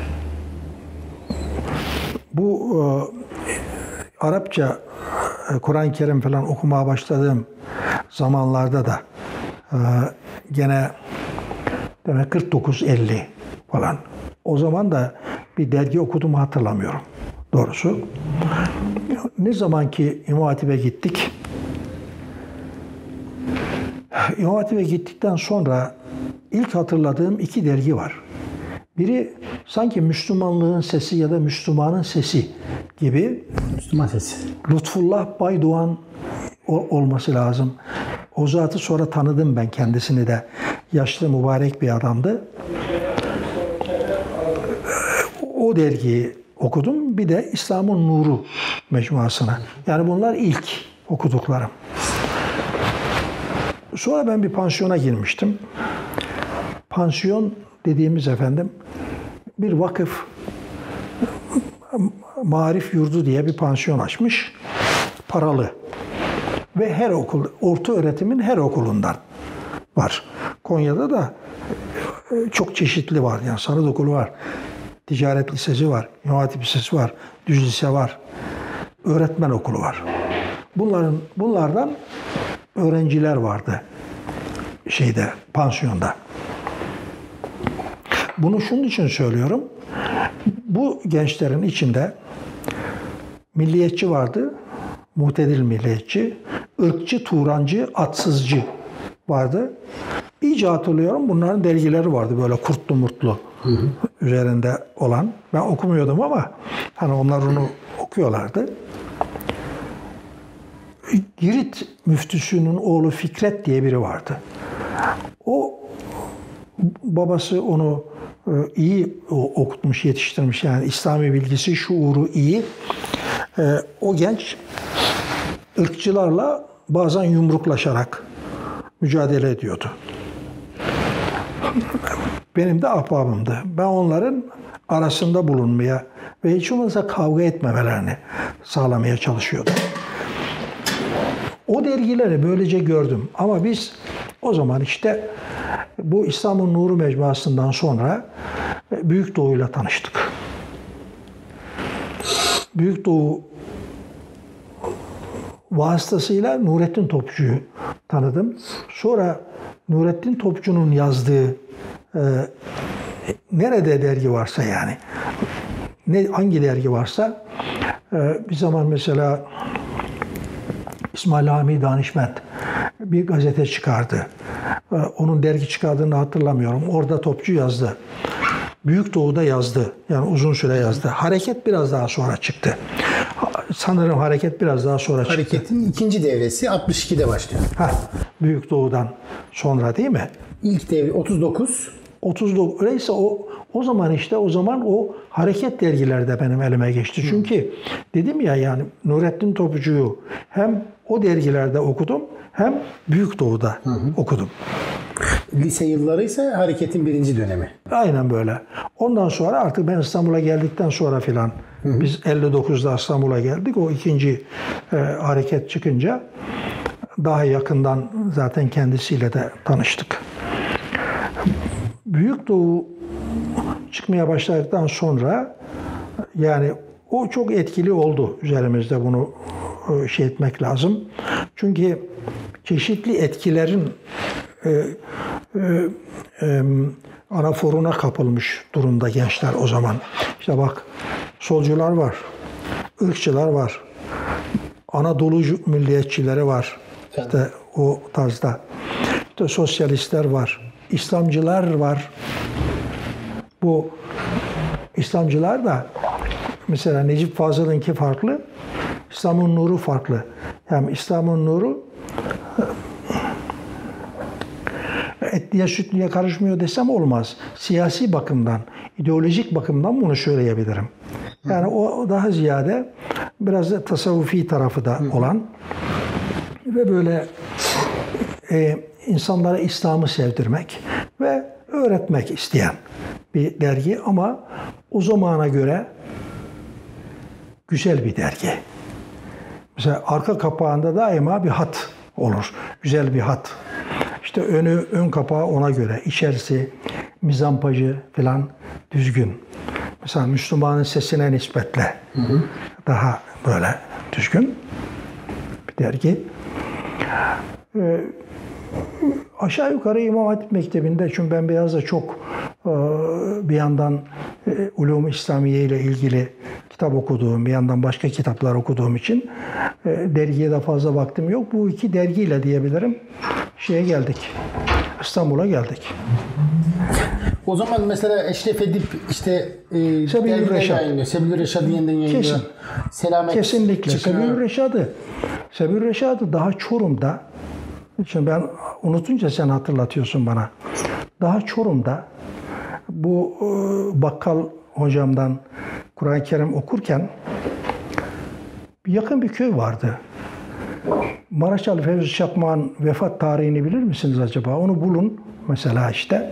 bu e, Arapça, Kur'an-ı Kerim falan okumaya başladığım zamanlarda da e, gene demek kırk dokuz elli falan. O zaman da bir dergi okuduğumu hatırlamıyorum doğrusu. Ne zaman ki İmam Hatip'e gittik, İmam Hatip'e gittikten sonra ilk hatırladığım iki dergi var. Biri sanki Müslümanlığın sesi ya da Müslümanın sesi gibi. Müslüman sesi. Lütfullah Baydoğan olması lazım. O zatı sonra tanıdım ben kendisini de. Yaşlı mübarek bir adamdı. O dergiyi okudum. Bir de İslam'ın Nuru mecmuasına. Yani bunlar ilk okuduklarım. Sonra ben bir pansiyona girmiştim. Pansiyon dediğimiz efendim bir vakıf Marif Yurdu diye bir pansiyon açmış. Paralı. Ve her okul, orta öğretimin her okulundan var. Konya'da da çok çeşitli var. Yani sanat okulu var. Ticaret lisesi var. İmam Hatip Lisesi var. Düz lise var. Öğretmen okulu var. Bunların bunlardan öğrenciler vardı şeyde, pansiyonda. Bunu şunun için söylüyorum. Bu gençlerin içinde milliyetçi vardı, muhtedil milliyetçi, ırkçı, turancı, atsızcı vardı. İyice hatırlıyorum, bunların dergileri vardı böyle kurtlu murtlu hı hı. üzerinde olan. Ben okumuyordum ama hani onlar onu okuyorlardı. Girit müftüsünün oğlu Fikret diye biri vardı. O babası onu e, iyi okutmuş, yetiştirmiş. Yani İslami bilgisi, şuuru iyi. E, o genç ırkçılarla bazen yumruklaşarak mücadele ediyordu. Benim de ahbabımdı. Ben onların arasında bulunmaya ve hiç olmazsa kavga etmemelerini sağlamaya çalışıyordum. O dergileri böylece gördüm. Ama biz o zaman işte bu İslam'ın Nuru Mecmuası'ndan sonra Büyük Doğu'yla tanıştık. Büyük Doğu vasıtasıyla Nurettin Topçu'yu tanıdım. Sonra Nurettin Topçu'nun yazdığı e, nerede dergi varsa yani ne hangi dergi varsa e, bir zaman mesela İsmail Hami Danişment bir gazete çıkardı. E, onun dergi çıkardığını hatırlamıyorum. Orada Topçu yazdı. Büyük Doğu'da yazdı. Yani uzun süre yazdı. Hareket biraz daha sonra çıktı. Sanırım Hareket biraz daha sonra çıktı. Hareket'in ikinci devresi altmış ikide başlıyor. Heh, Büyük Doğu'dan sonra değil mi? İlk devre otuz dokuz. otuz dokuz. Öyleyse o o zaman işte o zaman o Hareket dergileri de benim elime geçti. Hı. Çünkü dedim ya yani Nurettin Topçu'yu hem o dergilerde okudum hem Büyük Doğu'da hı hı. okudum. Lise yılları ise Hareket'in birinci dönemi. Aynen böyle. Ondan sonra artık ben İstanbul'a geldikten sonra filan biz elli dokuzda İstanbul'a geldik. O ikinci e, Hareket çıkınca daha yakından zaten kendisiyle de tanıştık. Büyük Doğu çıkmaya başladıktan sonra yani o çok etkili oldu üzerimizde, bunu şey etmek lazım. Çünkü çeşitli etkilerin e, e, e, anaforuna kapılmış durumda gençler o zaman. İşte bak solcular var, ırkçılar var, Anadolu milliyetçileri var. İşte o tarzda. İşte sosyalistler var, İslamcılar var. Bu İslamcılar da mesela Necip Fazıl'ınki farklı, İslam'ın nuru farklı. Yani İslam'ın nuru etliye sütlüye karışmıyor desem olmaz. Siyasi bakımdan, ideolojik bakımdan bunu söyleyebilirim. Yani o daha ziyade biraz da tasavvufi tarafı da olan ve böyle e, insanlara İslam'ı sevdirmek ve öğretmek isteyen bir dergi ama o zamana göre güzel bir dergi. Mesela arka kapağında daima bir hat olur. Güzel bir hat. İşte önü, ön kapağı ona göre. İçerisi mizampajı falan düzgün. Mesela Müslümanın sesine nispetle hı hı. daha böyle düzgün bir dergi. Ee, aşağı yukarı İmam Hatip Mektebi'nde, çünkü ben biraz da çok e, bir yandan e, Ulûm-i İslamiye ile ilgili kitap okuduğum, bir yandan başka kitaplar okuduğum için e, dergiye de fazla vaktim yok. Bu iki dergiyle diyebilirim şeye geldik. İstanbul'a geldik. O zaman mesela Eşref Edip işte e, Sebil-i Reşad. yayınlıyor. Sebil-i Reşad'ı yeniden yayınlıyor. Kesin. Selamet Kesinlikle. çıkıyor. Sebil-i Reşad'ı. Sebil-i Reşad'ı daha Çorum'da, şimdi ben unutunca sen hatırlatıyorsun bana. Daha Çorum'da bu e, bakkal hocamdan Kur'an-ı Kerim okurken yakın bir köy vardı. Maraşalı Fevzi Çakmak'ın vefat tarihini bilir misiniz acaba? Onu bulun mesela işte.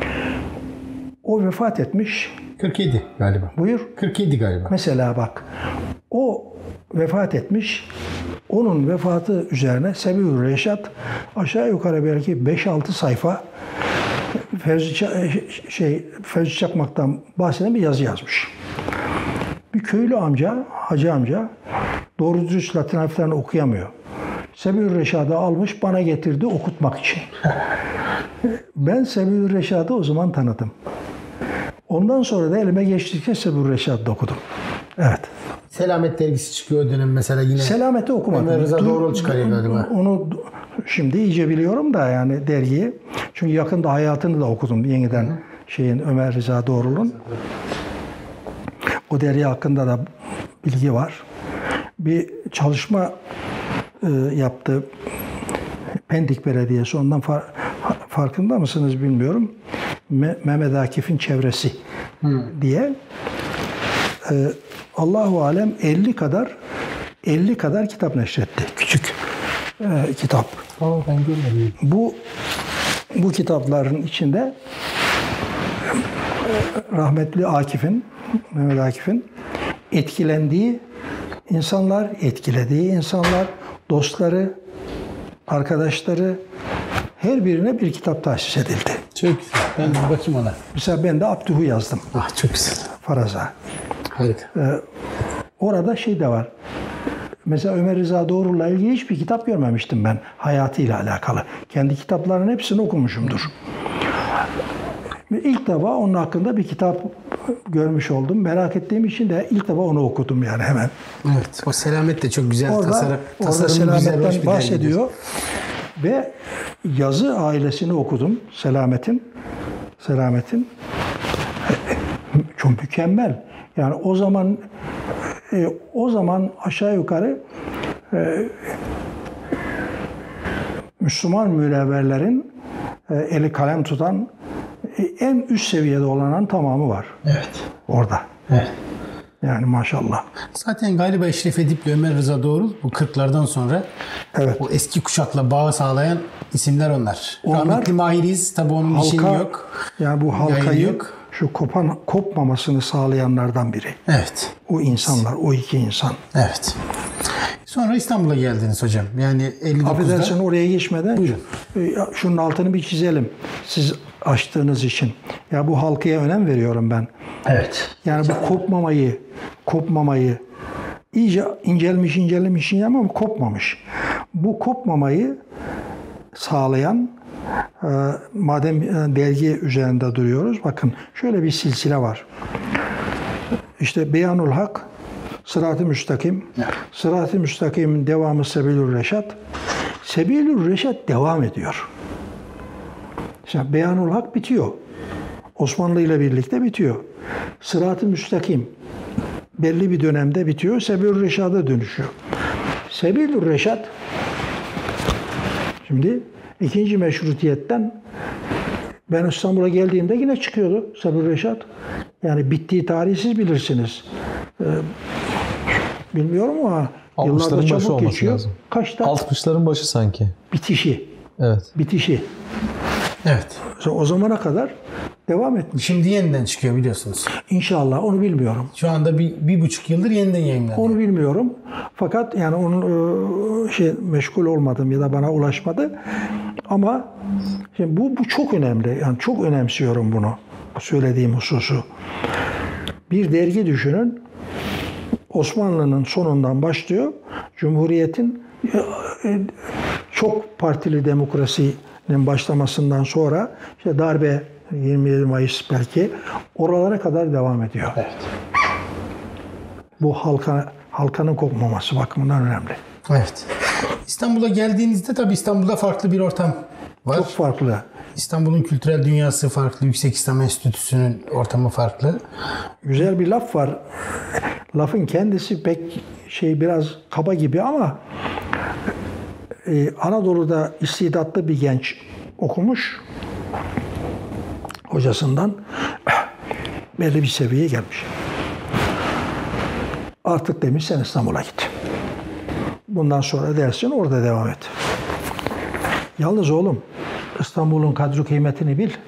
O vefat etmiş. kırk yedi galiba. Buyur. kırk yedi galiba. Mesela bak. O vefat etmiş. Onun vefatı üzerine Sebil-i Reşad aşağı yukarı belki beş altı sayfa Fevzi, şey, Fevzi Çakmak'tan bahseden bir yazı yazmış. Bir köylü amca, hacı amca doğru düz Latin harflerini okuyamıyor. Sebil-i Reşad'ı almış bana getirdi okutmak için. Ben Sebil-i Reşad'ı o zaman tanıdım. Ondan sonra da elime geçtikçe Sebil-i Reşad'ı okudum. Evet. Selamet dergisi çıkıyor o dönem mesela yine. Selamet'i okumadım. Ömer Rıza Doğrul çıkarıyor galiba. Onu şimdi iyice biliyorum da yani dergiyi. Çünkü yakında hayatını da okudum yeniden Hı. şeyin Ömer Rıza Doğrul'un. O dergi hakkında da bilgi var. Bir çalışma e, yaptı Pendik Belediyesi. Ondan far, farkında mısınız bilmiyorum. Mehmet Akif'in çevresi hmm. diye. Ee, Allahu alem elli kadar elli kadar kitap neşretti. Küçük e, kitap. Aa, ben görmedim. Bu bu kitapların içinde rahmetli Akif'in, Mehmet Akif'in etkilendiği insanlar, etkilediği insanlar, dostları, arkadaşları, her birine bir kitap tahsis edildi. Çok güzel. Ben de bakayım ona. Mesela ben de Abdüh'ü yazdım. Ah, çok güzel. Faraza. Harika. Ee, orada şey de var. Mesela Ömer Rıza Doğru'yla ilgili hiçbir kitap görmemiştim ben hayatıyla alakalı. Kendi kitaplarının hepsini okumuşumdur. İlk defa onun hakkında bir kitap görmüş oldum. Merak ettiğim için de ilk defa onu okudum yani hemen. Evet. O Selamet de çok güzel. Orada, tasarım. orada Tasarımı Selamet'ten güzel, bahsediyor. Ve yazı ailesini okudum. Selamet'in. Selamet'in. Çok mükemmel. Yani o zaman e, o zaman aşağı yukarı e, Müslüman münevverlerin e, eli kalem tutan e, en üst seviyede olanın tamamı var. Evet. Orada. Evet. Yani maşallah. Zaten galiba Eşref Edip'le Ömer Rıza Doğrul bu kırklardan sonra evet. o eski kuşakla bağı sağlayan isimler onlar. onlar Rahmetli Mahiriz, tabi onun halka, bir şeyi yok. Yani bu halkayı yok. Şu kopan, kopmamasını sağlayanlardan biri. Evet. O insanlar, o iki insan. Evet. Sonra İstanbul'a geldiniz hocam. Yani elli dokuzda. Affedersin oraya geçmeden. Buyurun. Şunun altını bir çizelim. Siz açtığınız için. Ya bu halkaya önem veriyorum ben. Evet. Yani bu kopmamayı, kopmamayı iyice incelmiş incelmiş ama kopmamış. Bu kopmamayı sağlayan e, madem belge üzerinde duruyoruz. Bakın şöyle bir silsile var. İşte Beyanul Hak, Sırat-ı Müstakim. Evet. Sırat-ı Müstakim'in devamı Sebilur Reşat. Sebilur Reşat devam ediyor. İşte Beyanul Hak bitiyor. Osmanlı ile birlikte bitiyor. Sırat-ı Müstakim belli bir dönemde bitiyor. Sebilur Reşat'a dönüşüyor. Sebilur Reşat şimdi ikinci meşrutiyetten ben İstanbul'a geldiğimde yine çıkıyordu Sebilur Reşat. Yani bittiği tarihi siz bilirsiniz. Ee, bilmiyorum ama yıllarda çabuk geçiyor. Lazım. Kaçta? altmışların başı sanki. Bitişi. Evet. Bitişi. Evet. O zamana kadar devam etmiş. Şimdi yeniden çıkıyor biliyorsunuz. İnşallah onu bilmiyorum. Şu anda bir, bir buçuk yıldır yeniden yayınlanıyor. Onu bilmiyorum. Fakat yani onun şey meşgul olmadım ya da bana ulaşmadı. Ama şimdi bu bu çok önemli. Yani çok önemsiyorum bunu. Söylediğim hususu. Bir dergi düşünün. Osmanlı'nın sonundan başlıyor. Cumhuriyet'in çok partili demokrasinin başlamasından sonra işte darbe yirmi yedi Mayıs belki oralara kadar devam ediyor. Evet. Bu halka halkanın kopmaması bakımından önemli. Evet. İstanbul'a geldiğinizde tabii İstanbul'da farklı bir ortam var. Çok farklı. İstanbul'un kültürel dünyası farklı. Yüksek İslam Enstitüsü'nün ortamı farklı. Güzel bir laf var. Lafın kendisi pek şey biraz kaba gibi ama e, Anadolu'da istidatlı bir genç okumuş. Hocasından belli bir seviyeye gelmiş. Artık demiş sen İstanbul'a git. Bundan sonra dersin orada devam et. Yalnız oğlum İstanbul'un kadri kıymetini bil.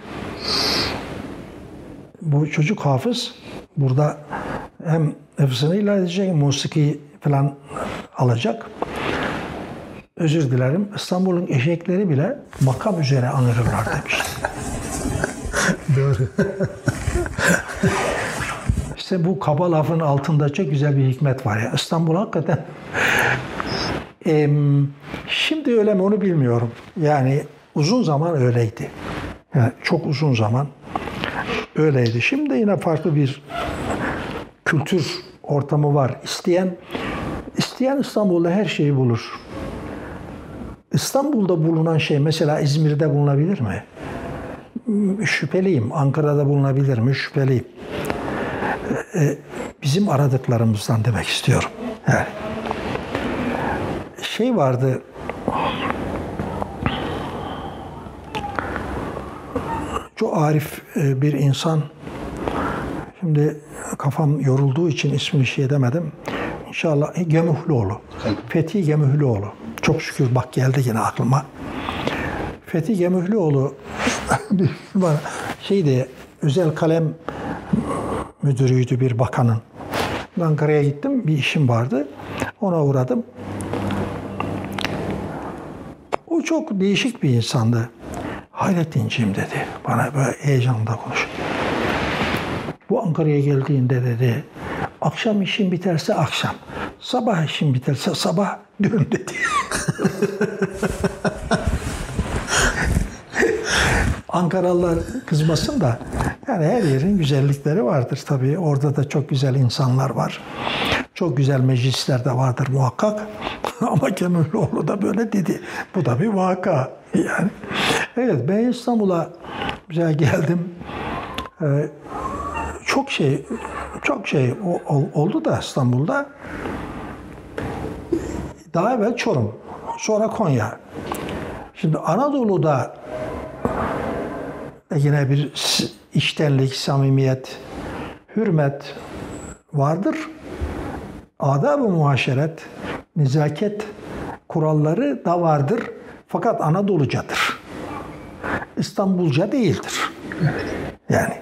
Bu çocuk hafız. Burada hem hıfzını ilerleyecek, edecek, musiki falan alacak. Özür dilerim. İstanbul'un eşekleri bile makam üzere anırırlar demiş. Doğru. İşte bu kaba lafın altında çok güzel bir hikmet var ya. İstanbul hakikaten e, şimdi öyle mi onu bilmiyorum. Yani uzun zaman öyleydi. Yani çok uzun zaman öyleydi. Şimdi yine farklı bir kültür ortamı var. İsteyen isteyen İstanbul'da her şeyi bulur. İstanbul'da bulunan şey mesela İzmir'de bulunabilir mi? Şüpheliyim. Ankara'da bulunabilir mi? Şüpheliyim. Ee, bizim aradıklarımızdan demek istiyorum. Yani şey vardı. çok arif bir insan. Şimdi kafam yorulduğu için ismini şey edemedim. İnşallah Gemühlüoğlu. Fethi Gemühlüoğlu. Çok şükür bak geldi yine aklıma. Fethi Gemühlüoğlu bana şeydi, özel kalem müdürüydü bir bakanın. Ankara'ya gittim, bir işim vardı. Ona uğradım. O çok değişik bir insandı. Hayrettinciğim dedi. Bana böyle heyecanla konuş. Bu Ankara'ya geldiğinde dedi, akşam işin biterse akşam, sabah işin biterse sabah dön dedi. Ankaralılar kızmasın da, yani her yerin güzellikleri vardır tabii. Orada da çok güzel insanlar var. Çok güzel meclisler de vardır muhakkak. Ama Gemühlüoğlu da böyle dedi. Bu da bir vaka yani. Evet, ben İstanbul'a güzel geldim. Ee, çok şey çok şey oldu da İstanbul'da. Daha evvel Çorum, sonra Konya. Şimdi Anadolu'da yine bir içtenlik, samimiyet, hürmet vardır. Adab-ı muhaşeret, nezaket kuralları da vardır. Fakat Anadolucadır. İstanbulca değildir. Yani.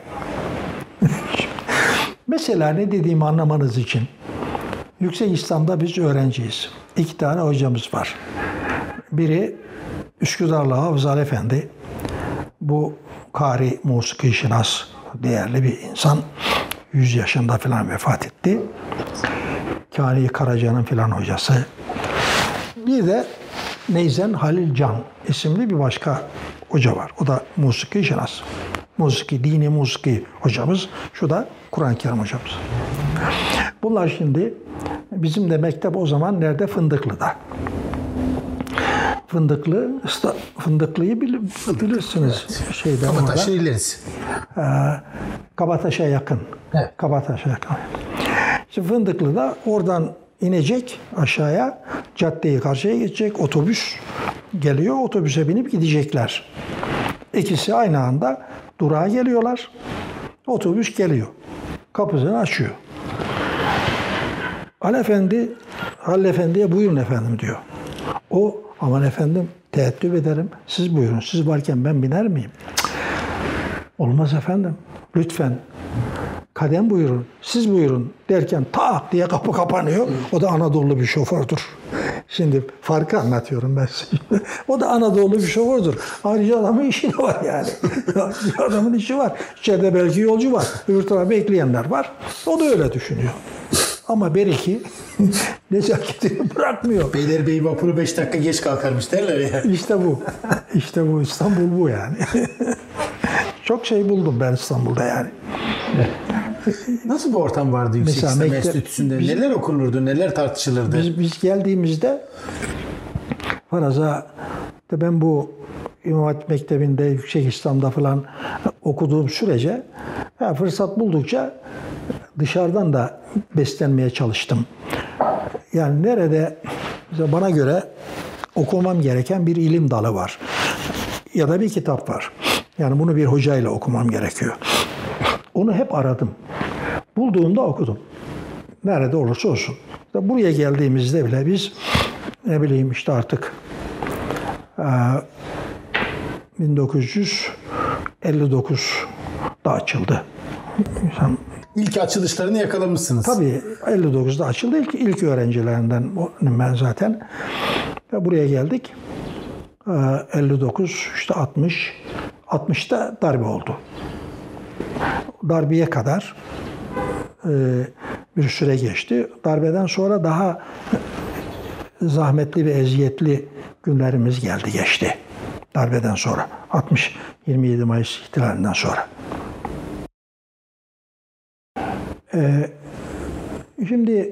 Mesela ne dediğimi anlamanız için, Yüksek İslam'da biz öğrenciyiz. İki tane hocamız var. Biri Üsküdarlı Hafızal Efendi. Bu kari, musiki şinas, değerli bir insan. yüz yaşında falan vefat etti. Kani Karaca'nın filan hocası. Bir de Neyzen Halil Can isimli bir başka hoca var. O da musiki şinas. Musiki, dini musiki hocamız. Şu da Kur'an-ı Kerim hocamız. Bunlar şimdi bizim de mektep o zaman nerede? Fındıklı'da. Fındıklı, Fındıklı'yı bil, bilirsiniz. Evet. Şeyden Kabataş'a ileriz. Ee, Kabataş'a yakın. Evet. Kabataş'a yakın. Şimdi Fındıklı'da oradan inecek aşağıya, caddeyi karşıya geçecek, otobüs geliyor, otobüse binip gidecekler. İkisi aynı anda durağa geliyorlar. Otobüs geliyor. Kapısını açıyor. Ali Efendi, Halil Efendi'ye buyurun efendim diyor. O, aman efendim teeddüp ederim. Siz buyurun. Siz varken ben biner miyim? Cık. Olmaz efendim. Lütfen. Kadem buyurun. Siz buyurun derken tak diye kapı kapanıyor. O da Anadolu bir şofördür. Şimdi farkı anlatıyorum ben size. O da Anadolu bir şofördür. Ayrıca adamın işi de var yani. Adamın işi var. İçeride belki yolcu var. Öbür tarafa bekleyenler var. O da öyle düşünüyor. Ama Beriki nezaketini bırakmıyor. Beylerbeyi vapuru beş dakika geç kalkarmış derler ya. İşte bu. İşte bu. İstanbul bu yani. Çok şey buldum ben İstanbul'da yani. Nasıl bir ortam vardı Yüksek Mesela İslam mektep- Enstitüsü'nde? biz- Neler okunurdu, neler tartışılırdı? Biz, biz geldiğimizde faraza de ben bu İmam Hatip Mektebi'nde, Yüksek İslam'da falan okuduğum sürece ya fırsat buldukça dışarıdan da beslenmeye çalıştım. Yani nerede mesela bana göre okumam gereken bir ilim dalı var. Ya da bir kitap var. Yani bunu bir hocayla okumam gerekiyor. Onu hep aradım. Bulduğumda okudum. Nerede olursa olsun. İşte buraya geldiğimizde bile biz ne bileyim işte artık bin dokuz yüz elli dokuzda açıldı. İlk açılışlarını yakalamışsınız. Tabii elli dokuzda açıldı. İlk, ilk öğrencilerinden ben zaten. Ve buraya geldik. elli dokuz, işte altmış. altmışta darbe oldu. Darbeye kadar bir süre geçti. Darbeden sonra daha zahmetli ve eziyetli günlerimiz geldi geçti. Darbeden sonra. altmış yirmi yedi Mayıs ihtilalinden sonra. Ee, şimdi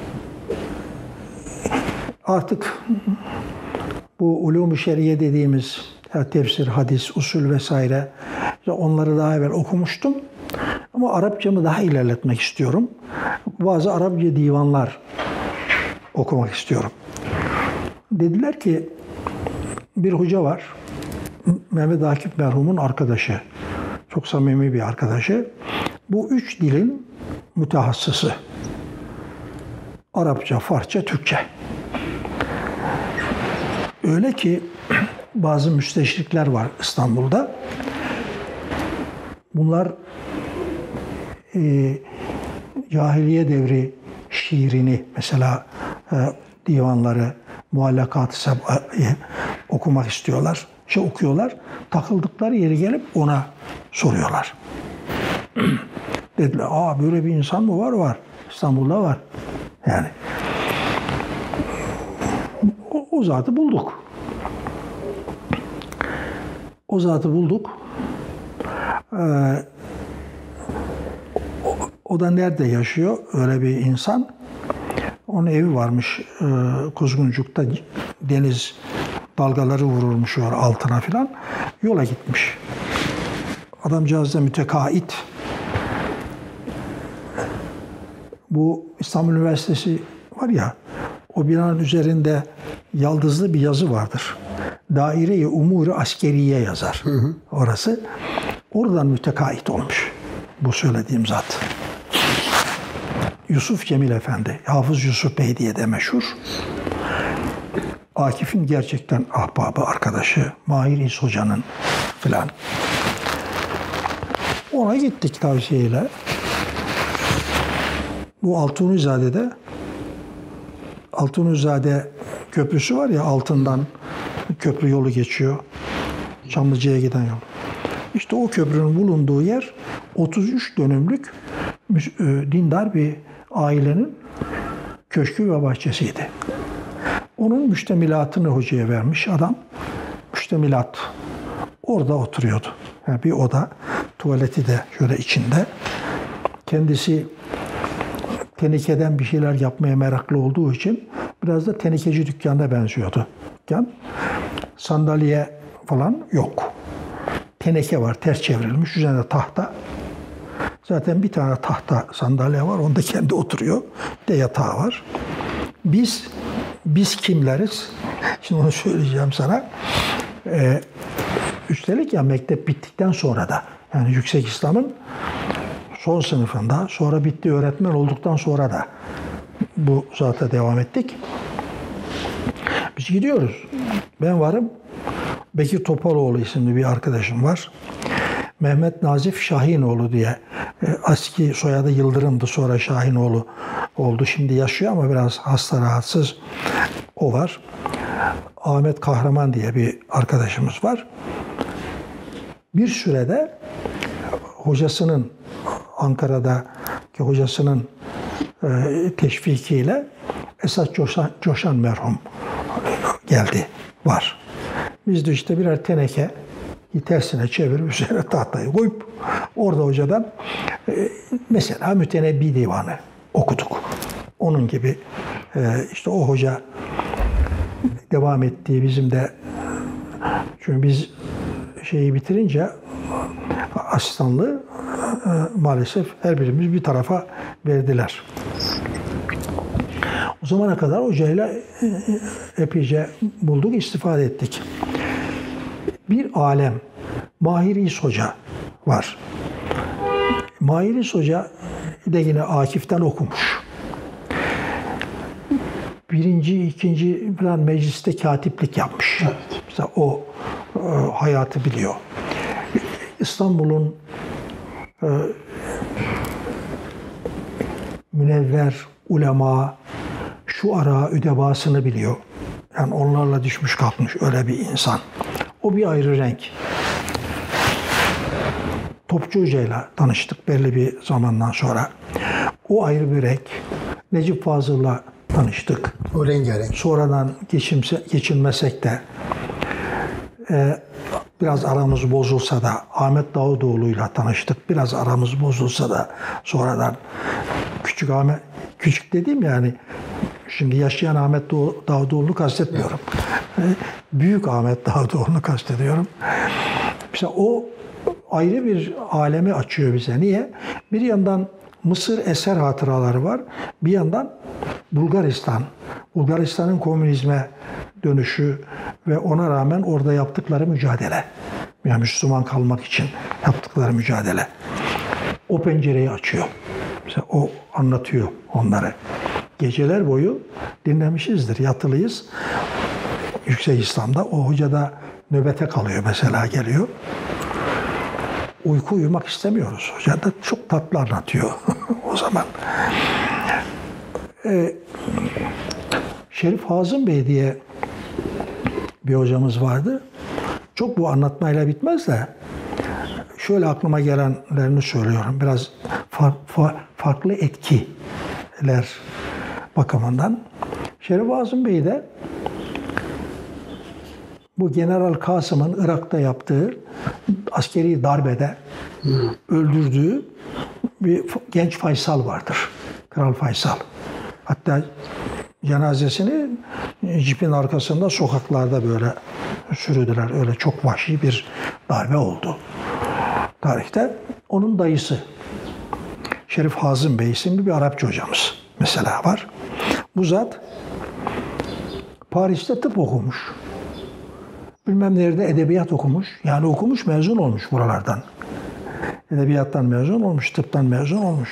artık bu ulûm-u şeriye dediğimiz ya tefsir, hadis, usul vesaire onları daha evvel okumuştum. Ama Arapçamı daha ilerletmek istiyorum. Bazı Arapça divanlar okumak istiyorum. Dediler ki bir hoca var. Mehmet Akif merhumun arkadaşı. Çok samimi bir arkadaşı. Bu üç dilin mütehassısı. Arapça, Farsça, Türkçe. Öyle ki bazı müsteşrikler var İstanbul'da. Bunlar e, cahiliye devri şiirini mesela e, divanları, muallakat-ı okumak istiyorlar. Şey okuyorlar. Takıldıkları yeri gelip ona soruyorlar. Dediler, aa böyle bir insan mı var? Var. İstanbul'da var. Yani o, o zatı bulduk. O zatı bulduk. Ee, o, o da nerede yaşıyor? Öyle bir insan. Onun evi varmış e, Kuzguncuk'ta, deniz dalgaları vurulmuş var altına filan. Yola gitmiş. Adamcağız da mütekait. Bu İstanbul Üniversitesi var ya, o binanın üzerinde yaldızlı bir yazı vardır. Daire-i Umur-i Askeriye yazar. Hı hı. Orası. Oradan mütekait olmuş bu söylediğim zat. Yusuf Cemil Efendi, Hafız Yusuf Bey diye de meşhur. Akif'in gerçekten ahbabı, arkadaşı, Mahir İz Hoca'nın filan. Ona gittik tavsiyeyle. Bu Altunizade'de, Altunizade Köprüsü var ya, altından köprü yolu geçiyor. Çamlıca'ya giden yol. İşte o köprünün bulunduğu yer otuz üç dönümlük dindar bir ailenin köşkü ve bahçesiydi. Onun müştemilatını hocaya vermiş adam. Müştemilat. Orada oturuyordu. Yani bir oda, tuvaleti de şöyle içinde. Kendisi tenekeden bir şeyler yapmaya meraklı olduğu için biraz da tenekeci dükkanına benziyordu. Dükkan. Sandalye falan yok. Teneke var, ters çevrilmiş. Üzerinde tahta. Zaten bir tane tahta sandalye var. Onda kendi oturuyor. Bir de yatağı var. Biz, biz kimleriz? Şimdi onu söyleyeceğim sana. Ee, üstelik ya mektep bittikten sonra da, yani Yüksek İslam'ın son sınıfında, sonra bitti öğretmen olduktan sonra da bu zata devam ettik. Biz gidiyoruz. Ben varım. Bekir Topaloğlu isimli bir arkadaşım var. Mehmet Nazif Şahinoğlu diye. Eski soyadı Yıldırım'dı, sonra Şahinoğlu oldu. Şimdi yaşıyor ama biraz hasta, rahatsız. O var. Ahmet Kahraman diye bir arkadaşımız var. Bir sürede hocasının, Ankara'daki hocasının e, teşvikiyle Esat Coşan, Coşan merhum geldi, var. Biz de işte birer teneke tersine çevirip üzerine tahtayı koyup orada hocadan e, mesela Mütenebbi Divanı okuduk. Onun gibi e, işte o hoca devam ettiği, bizim de çünkü biz şeyi bitirince asistanlığı e, maalesef her birimiz bir tarafa verdiler. O zamana kadar hocayla epeyce bulduk, istifade ettik. Bir alem, Mahir İz Hoca var. Mahir İz Hoca de yine Akif'ten okumuş. Birinci, ikinci falan mecliste katiplik yapmış. Evet. Mesela o e, hayatı biliyor. İstanbul'un e, münevver ulema, şu ara üdebasını biliyor. Yani onlarla düşmüş kalkmış öyle bir insan. O bir ayrı renk. Topçu Hoca'yla tanıştık belli bir zamandan sonra. O ayrı bir renk. Necip Fazıl'la tanıştık. O rengarenk. Sonradan geçimse, geçinmesek de e, biraz aramız bozulsa da Ahmet Davutoğlu'yla tanıştık. Biraz aramız bozulsa da sonradan küçük Ahmet, küçük dediğim yani şimdi yaşayan Ahmet Davutoğlu'nu kastetmiyorum. Evet. Büyük Ahmet Davutoğlu'nu kastediyorum. Mesela o ayrı bir alemi açıyor bize. Niye? Bir yandan Mısır eser hatıraları var. Bir yandan Bulgaristan. Bulgaristan'ın komünizme dönüşü ve ona rağmen orada yaptıkları mücadele Yani Müslüman kalmak için yaptıkları mücadele. O pencereyi açıyor. Mesela o anlatıyor onları. Geceler boyu dinlemişizdir, yatılıyız. Yüksek İslam'da o hoca da nöbete kalıyor mesela, geliyor. Uyku uyumak istemiyoruz. Hoca da çok tatlı anlatıyor o zaman. Ee, Şerif Hazım Bey diye bir hocamız vardı. Çok bu anlatmayla bitmez de şöyle aklıma gelenlerini söylüyorum. Biraz far, far, farklı etkiler bakımından. Şerif Hazım Bey de bu General Kasım'ın Irak'ta yaptığı askeri darbede hmm. öldürdüğü bir genç Faysal vardır. Kral Faysal. Hatta cenazesini cipin arkasında sokaklarda böyle sürüdüler. Öyle çok vahşi bir darbe oldu tarihte. Onun dayısı Şerif Hazım Bey isimli bir Arapça hocamız mesela var. Bu zat Paris'te tıp okumuş. Bilmem nerede edebiyat okumuş. Yani okumuş, mezun olmuş buralardan. Edebiyattan mezun olmuş, tıptan mezun olmuş.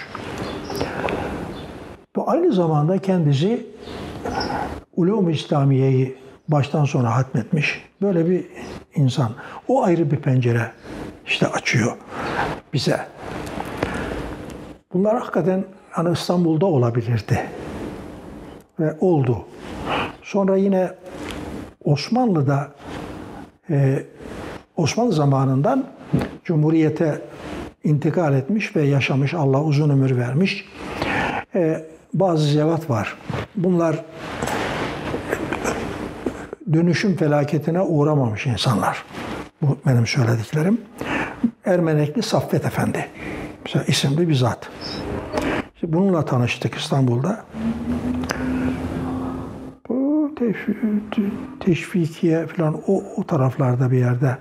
Ve aynı zamanda kendisi Ulûm-i İslamiye'yi baştan sona hatmetmiş. Böyle bir insan. O ayrı bir pencere işte açıyor bize. Bunlar hakikaten hani İstanbul'da olabilirdi. Ve oldu. Sonra yine Osmanlı'da e, Osmanlı zamanından Cumhuriyete intikal etmiş ve yaşamış, Allah uzun ömür vermiş e, bazı zevat var. Bunlar dönüşüm felaketine uğramamış insanlar. Bu benim söylediklerim. Ermenekli Saffet Efendi mesela isimli bir zat. İşte bununla tanıştık İstanbul'da. Bu teşv- teşvikiye falan o, o taraflarda bir yerde.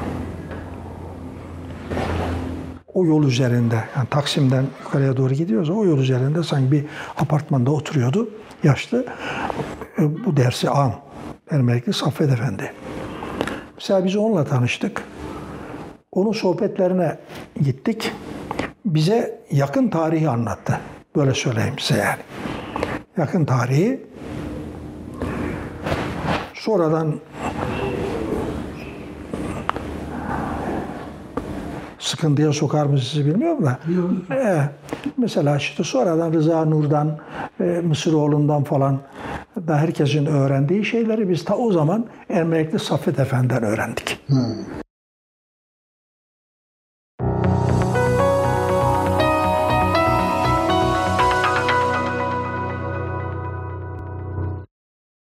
O yol üzerinde, yani Taksim'den yukarıya doğru gidiyoruz. O yol üzerinde sanki bir apartmanda oturuyordu. Yaşlı. Bu dersi am. Ermenekli Saffet Efendi. Mesela biz onunla tanıştık. Onun sohbetlerine gittik. Bize yakın tarihi anlattı. Böyle söyleyeyim size yani. Yakın tarihi. Sonradan sıkıntıya sokar mı sizi bilmiyorum da. Ee, mesela işte sonradan Rıza Nur'dan, e, Mısıroğlu'ndan falan da herkesin öğrendiği şeyleri biz ta o zaman Ermenekli Saffet Efendi'den öğrendik. Hmm.